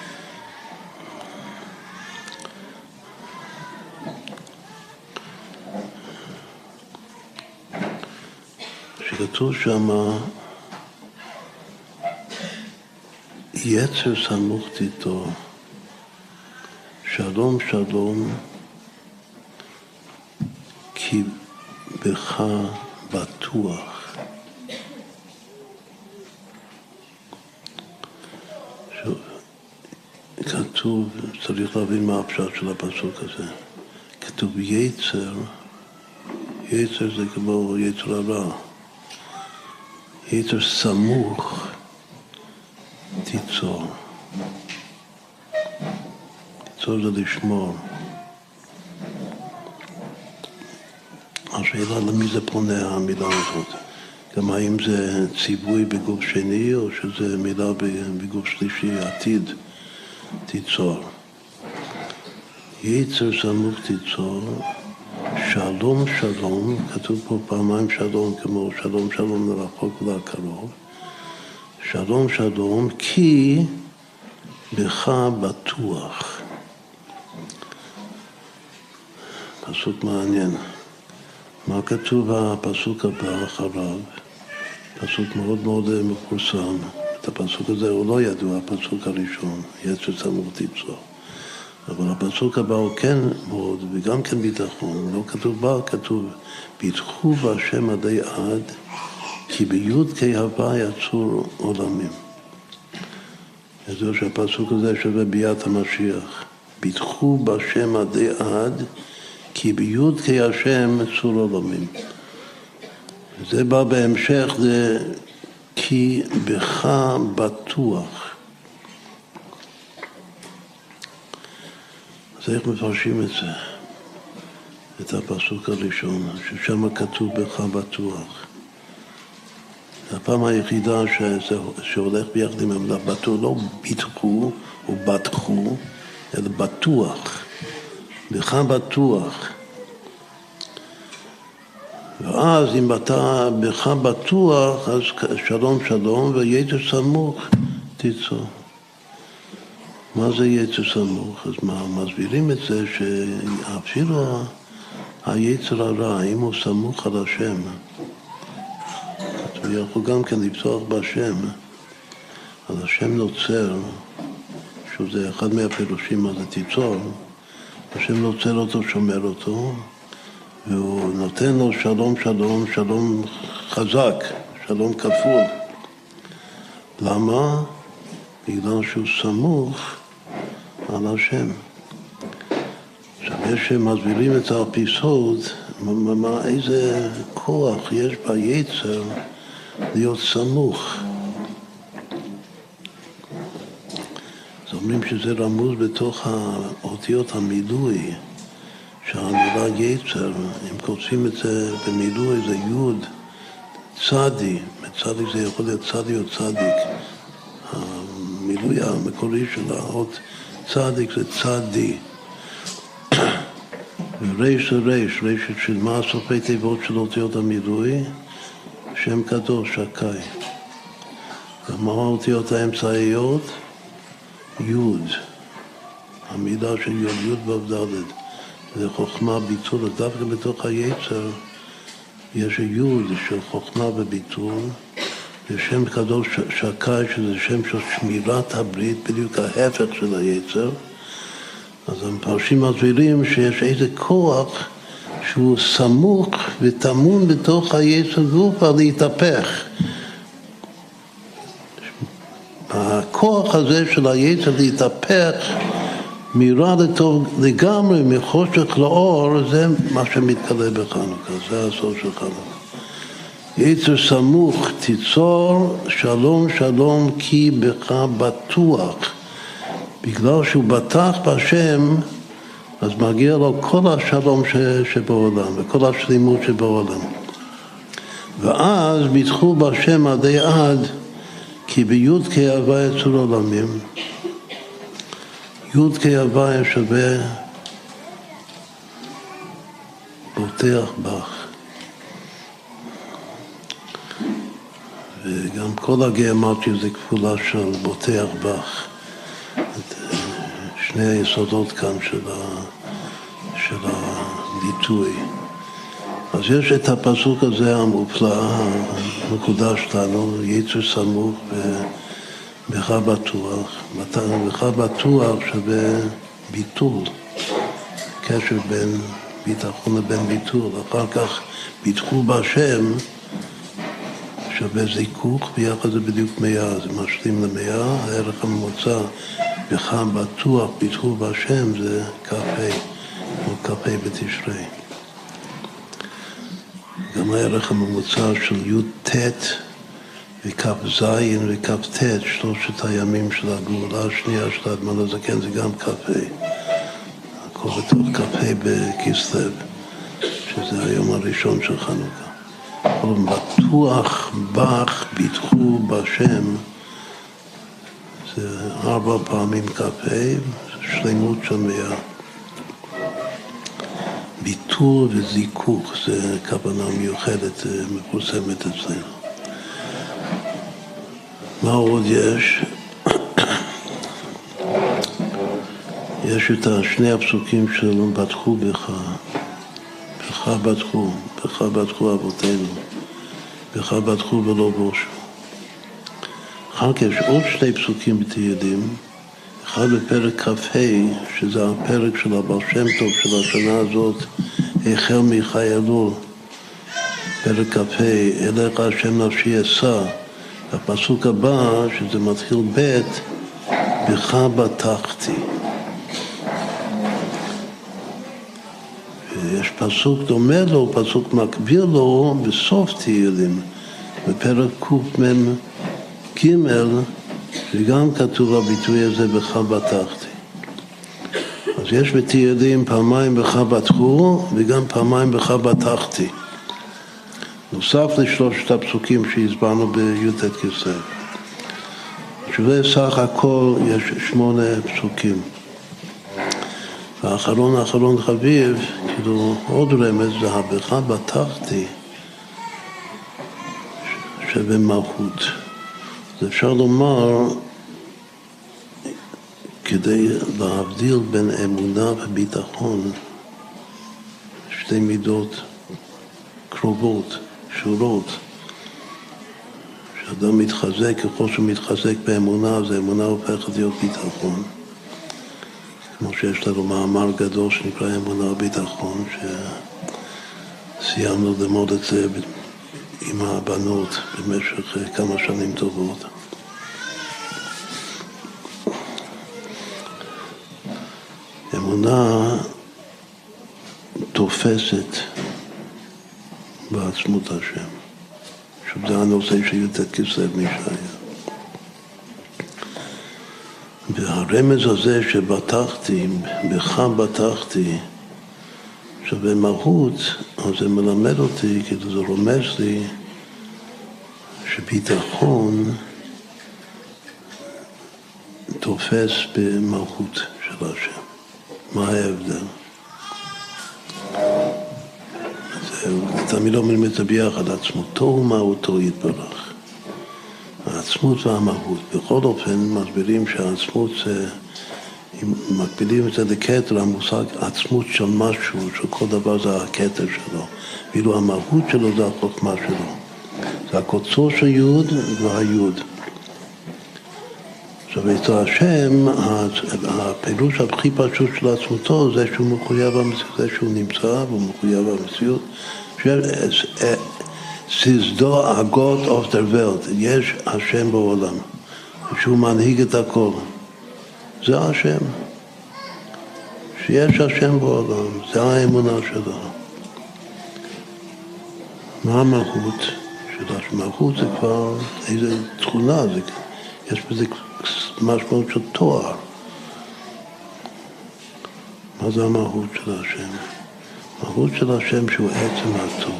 שכתוב שמה, יצר סמוך תיתו, שלום שלום, כי בך בטוח. כתוב, צריך להבין מה הפשט של הפסוק הזה. כתוב יצר, יצר זה כמו יצר הרע. יצר סמוך תיצור. תיצור זה לשמור. השאלה למי זה פונה המילה הזאת. גם האם זה ציווי בגוף שני או שזה מילה בגוף שלישי, עתיד תיצור. יצר סמוך תיצור, שלום שלום, כתוב פה פעמיים שלום כמו שלום שלום לרחוק ולקרוב. שלום שלום כי בך בטוח. פסוק מעניין. מה כתוב בפסוק הבא אחריו? פסוק מאוד מאוד מפורסם. את הפסוק הזה הוא לא ידוע, הפסוק הראשון, יצר סמוך תיצור. אבל הפסוק הבא הוא כן מאוד, וגם כן ביטחון. לא כתוב בה, כתוב ביטחו בהשם עדי עד, כי ביוד כהווה יצור עולמים. ידוע שהפסוק הזה שווה ביאת המשיח. ביטחו בהשם עדי עד, כי ביוד כהשם צור עולמים. זה בא בהמשך, זה כי בך בטוח. אז איך מפרשים את זה? את הפסוק הראשון, ששם כתוב בך בטוח. זו הפעם היחידה שהולך ביחד עם המילה בטוח, לא ביטחו או בטחו, אלא בטוח. בך בטוח. ואז אם אתה בך בטוח, אז שלום שלום ויצר סמוך תיצור. מה זה יצר סמוך? אז מסבירים את זה שאפילו היצר הרע, אם הוא סמוך על השם, הוא יכול גם כן לפתוח בהשם, אז השם נוצר, שזה אחד מהפירושים, מה זה תיצור, השם נוצר אותו, שומר אותו, והוא נותן לו שלום שלום, שלום חזק, שלום כפול. למה? בגלל שהוא סמוך על השם. עכשיו יש שמסבירים את זה על פי סוד, איזה כוח יש ביצר להיות סמוך. אז אומרים שזה רמוז בתוך האותיות המילוי, שהמילה יצר, אם כותבים את זה במילוי, זה יוד, צדי, צדיק זה יכול להיות צדי או צדיק. המילוי המקורי של האות צדיק זה צדי. וריש זה ריש, ריש של מה הסופי תיבות של אותיות המילוי? שם קדוש, שקי. ומה האותיות האמצעיות? יוד. המילה של יוד, יוד בבדלת. זה חוכמה ביטול, דווקא בתוך היצר יש יוד של חוכמה וביטול, זה שם קדוש שקי, שזה שם של שמירת הברית, בדיוק ההפך של היצר. אז המפרשים מסבירים שיש איזה כוח שהוא סמוך וטמון בתוך היצר גופה להתהפך. הכוח הזה של היצר להתהפך מרע לטוב לגמרי, מחושך לאור, זה מה שמתגלה בחנוכה, זה הסוד של חנוכה. יצר סמוך תיצור, שלום שלום כי בך בטוח. בגלל שהוא בטח בהשם, אז מגיע לו כל השלום שבעולם, וכל השלימות שבעולם. ואז ביטחו בהשם עדי עד, כי ביוד כהווה יצור עולמים. י' כהוויה שווה בוטח בך. וגם כל הגיאומטריה זה כפולה של בוטח בך. שני היסודות כאן של הביטוי. אז יש את הפסוק הזה המופלא, המקודש לנו, יצר סמוך בך בטוח. בך בטוח שווה ביטול, קשר בין ביטחון לבין ביטול. אחר כך ביטחו בהשם שווה זיכוך, ביחד זה בדיוק 100, זה משלים ל100, הערך הממוצע בך בטוח, ביטחו בהשם זה כ"ה, או כ"ה בתשרי. גם הערך הממוצע של י"ט וכ"ז וכ"ט, שלושת הימים של הגאולה השנייה של האדמו"ר הזקן, זה גם כ"ה. הכל בתוך כ"ה בכסלו, שזה היום הראשון של חנוכה. אבל בטוח בך, ביטחו בשם, זה 4 פעמים כ"ה, שלמות של 100. ביטול וזיכוך זה כוונה מיוחדת מפורסמת אצלנו. מה עוד יש? יש את שני הפסוקים של בטחו בך, בך בטחו אבותינו, בך בטחו ולא בושו. אחר כך יש עוד 2 פסוקים בתהילים, אחד בפרק כ"ה, שזה הפרק של הבעל שם טוב של השנה הזאת, החל מחי אלול, פרק כ"ה, אליך השם נפשי אשא. הפסוק הבא, שזה מתחיל ב', בך בטחתי. יש פסוק דומה לו, פסוק מקביל לו, בסוף תהילים, בפרק קמ"ג, וגם כתוב הביטוי הזה בך בטחתי. אז יש בתהילים פעמיים בך בטחו, וגם פעמיים בך בטחתי. נוסף לשלושת הפסוקים שהסברנו בי"ט כסלו. שזה סך הכל יש 8 פסוקים. והאחרון חביב, כאילו עוד רמז, זה בך בטחתי שבמלכות. אז אפשר לומר, כדי להבדיל בין אמונה וביטחון, 2 מידות קרובות, שורות, שאדם מתחזק, ככל שהוא מתחזק באמונה, אז האמונה הופכת להיות ביטחון. כמו שיש לנו מאמר גדול שנקרא אמונה וביטחון, שסיימנו ללמוד את זה עם הבנות במשך כמה שנים טובות. אמונה תופסת בעצמות השם. שזה הנושא של י"ט כסלו מישעיה. והרמז הזה שבטחתי, בך בטחתי, שבמהות, אז זה מלמד אותי, כאילו זה רומז לי, שביטחון תופס במהות של השם. מה ההבדל? תמיד אומרים את זה ביחד, עצמותו ומהותו יתברך. העצמות והמהות. בכל אופן מסבירים שהעצמות זה, אם מקבילים את זה לכתר, המושג עצמות של משהו, שכל דבר זה הכתר שלו. ואילו המהות שלו זה החוכמה שלו. זה הקוצו של יוד והיוד. עכשיו, את השם, הפירוש הכי פשוט של עצמותו זה שהוא מחויב במציאות, זה שהוא נמצא והוא מחויב במציאות. סיסדו הגות אוף דר ולט, יש השם בעולם, שהוא מנהיג את הכל. זה השם. שיש השם בעולם, זה האמונה שלו. מה המהות? המהות זה כבר איזו תכונה, יש בזה משמעות של תואר. מה זה המהות של השם? המהות של השם שהוא עצם הטוב.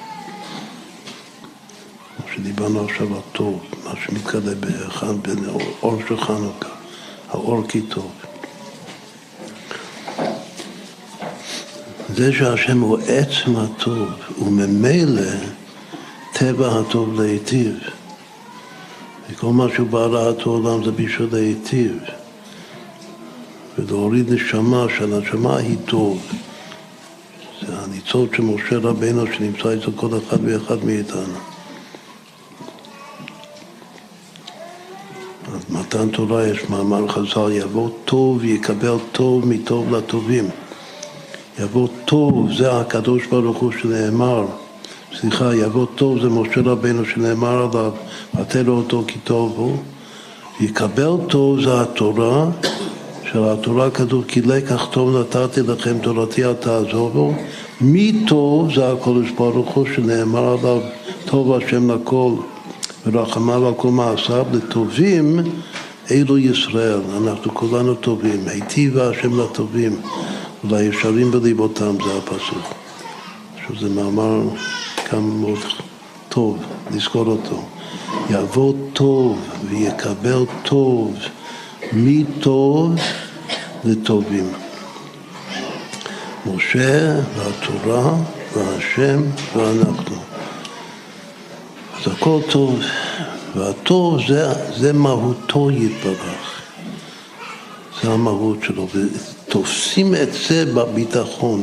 מה שדיברנו עכשיו על טוב, מה שמתקדם בין אור של חנוכה, האור כי טוב. זה שהשם הוא עצם הטוב, וממילא טבע הטוב להיטיב. וכל מה שהוא ברא את העולם זה בשביל להיטיב. ולהוריד נשמה, שהנשמה היא טוב. זה הניצוץ של משה רבינו שנמצא אצל כל אחד ואחד מאיתנו. אז מתן תורה יש מאמר חז"ל, יבוא טוב ויקבל טוב מטוב לטובים. יבוא טוב, זה הקדוש ברוך הוא שנאמר, יבוא טוב זה משה רבינו שנאמר עליו, ותן לו אותו כי טוב הוא. יקבל טוב זה התורה, של התורה כתוב כי לקח טוב נתתי לכם תורתי אל תעזובו. מי טוב זה הקדוש ברוך הוא שנאמר עליו טוב השם לכל ורחמיו על כל מעשיו. לטובים אלו ישראל, אנחנו כולנו טובים, היטיב השם לטובים ולישרים בליבותם, זה הפסוק. זה מאמר גם מאוד טוב, לזכור אותו. יבוא טוב ויקבל טוב, מטוב לטובים. משה והתורה והשם ואנחנו. אז הכל טוב, והטוב זה מהותו יתברך. זה המהות שלו, ותופסים את זה בביטחון.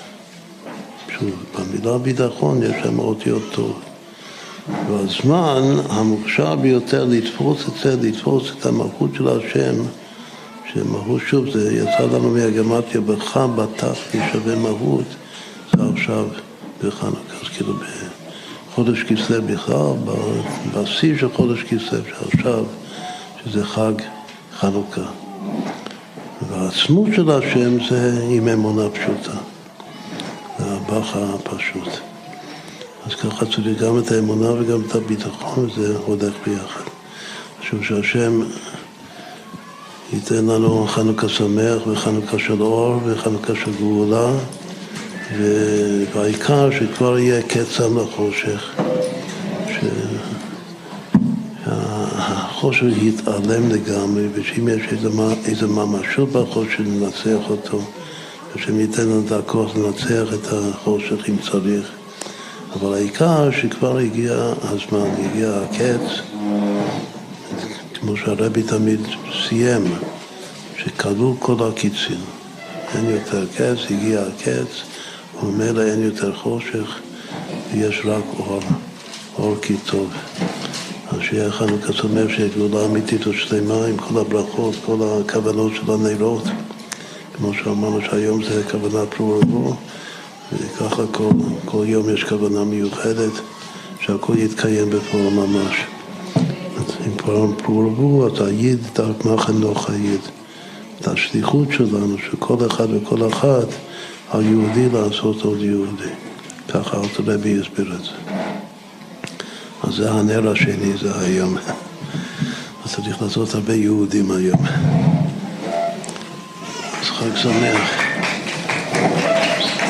במילה ביטחון יש שם אותיות טוב. והזמן המוכשר ביותר לתפוס את זה, לתפוס את המהות של השם, שמהות שוב זה יצא לנו מהגמטיה בך בתך שווה מהות, זה עכשיו בחנוכה. אז כאילו בחודש כסלו בכלל, בשיא של חודש כסלו שעכשיו, שזה חג חנוכה. והעצמות של השם זה עם אמונה פשוטה. זה הבח הפשוט. אז ככה צריך גם את האמונה וגם את הביטחון, זה הולך ביחד. חשוב שהשם ייתן לנו חנוכה שמח וחנוכה של אור וחנוכה של גאולה, והעיקר שכבר יהיה קצם לחושך, שהחושך יתעלם לגמרי, ושאם יש איזה ממשות בחושך ננצח אותו, ושם ייתן לנו את הכוח לנצח את החושך אם צריך. אבל העיקר שכבר הגיע הזמן, הגיע הקץ, כמו שהרבי תמיד סיים, שכלו כל הקיצים. אין יותר קץ, הגיע הקץ, וממילא אין יותר חושך, ויש רק אור כי טוב. אז שיהיה חנוכה שמח שגאולה אמיתית ושלמה עם כל הברכות, כל הכוונות של הנרות. כמו שאמרנו שהיום זה כוונה פרו ורבו, וככה כל יום יש כוונה מיוחדת שהכל יתקיים בפועל ממש. אם פרו ורבו, אז היד דרך מחנוך היד. את השליחות שלנו, שכל אחד וכל אחת על יהודי לעשות עוד יהודי. ככה אלתר רבי יסביר את זה. אז זה הנר השני, זה היום. אז צריך לעשות הרבה יהודים היום. אז חג שמח.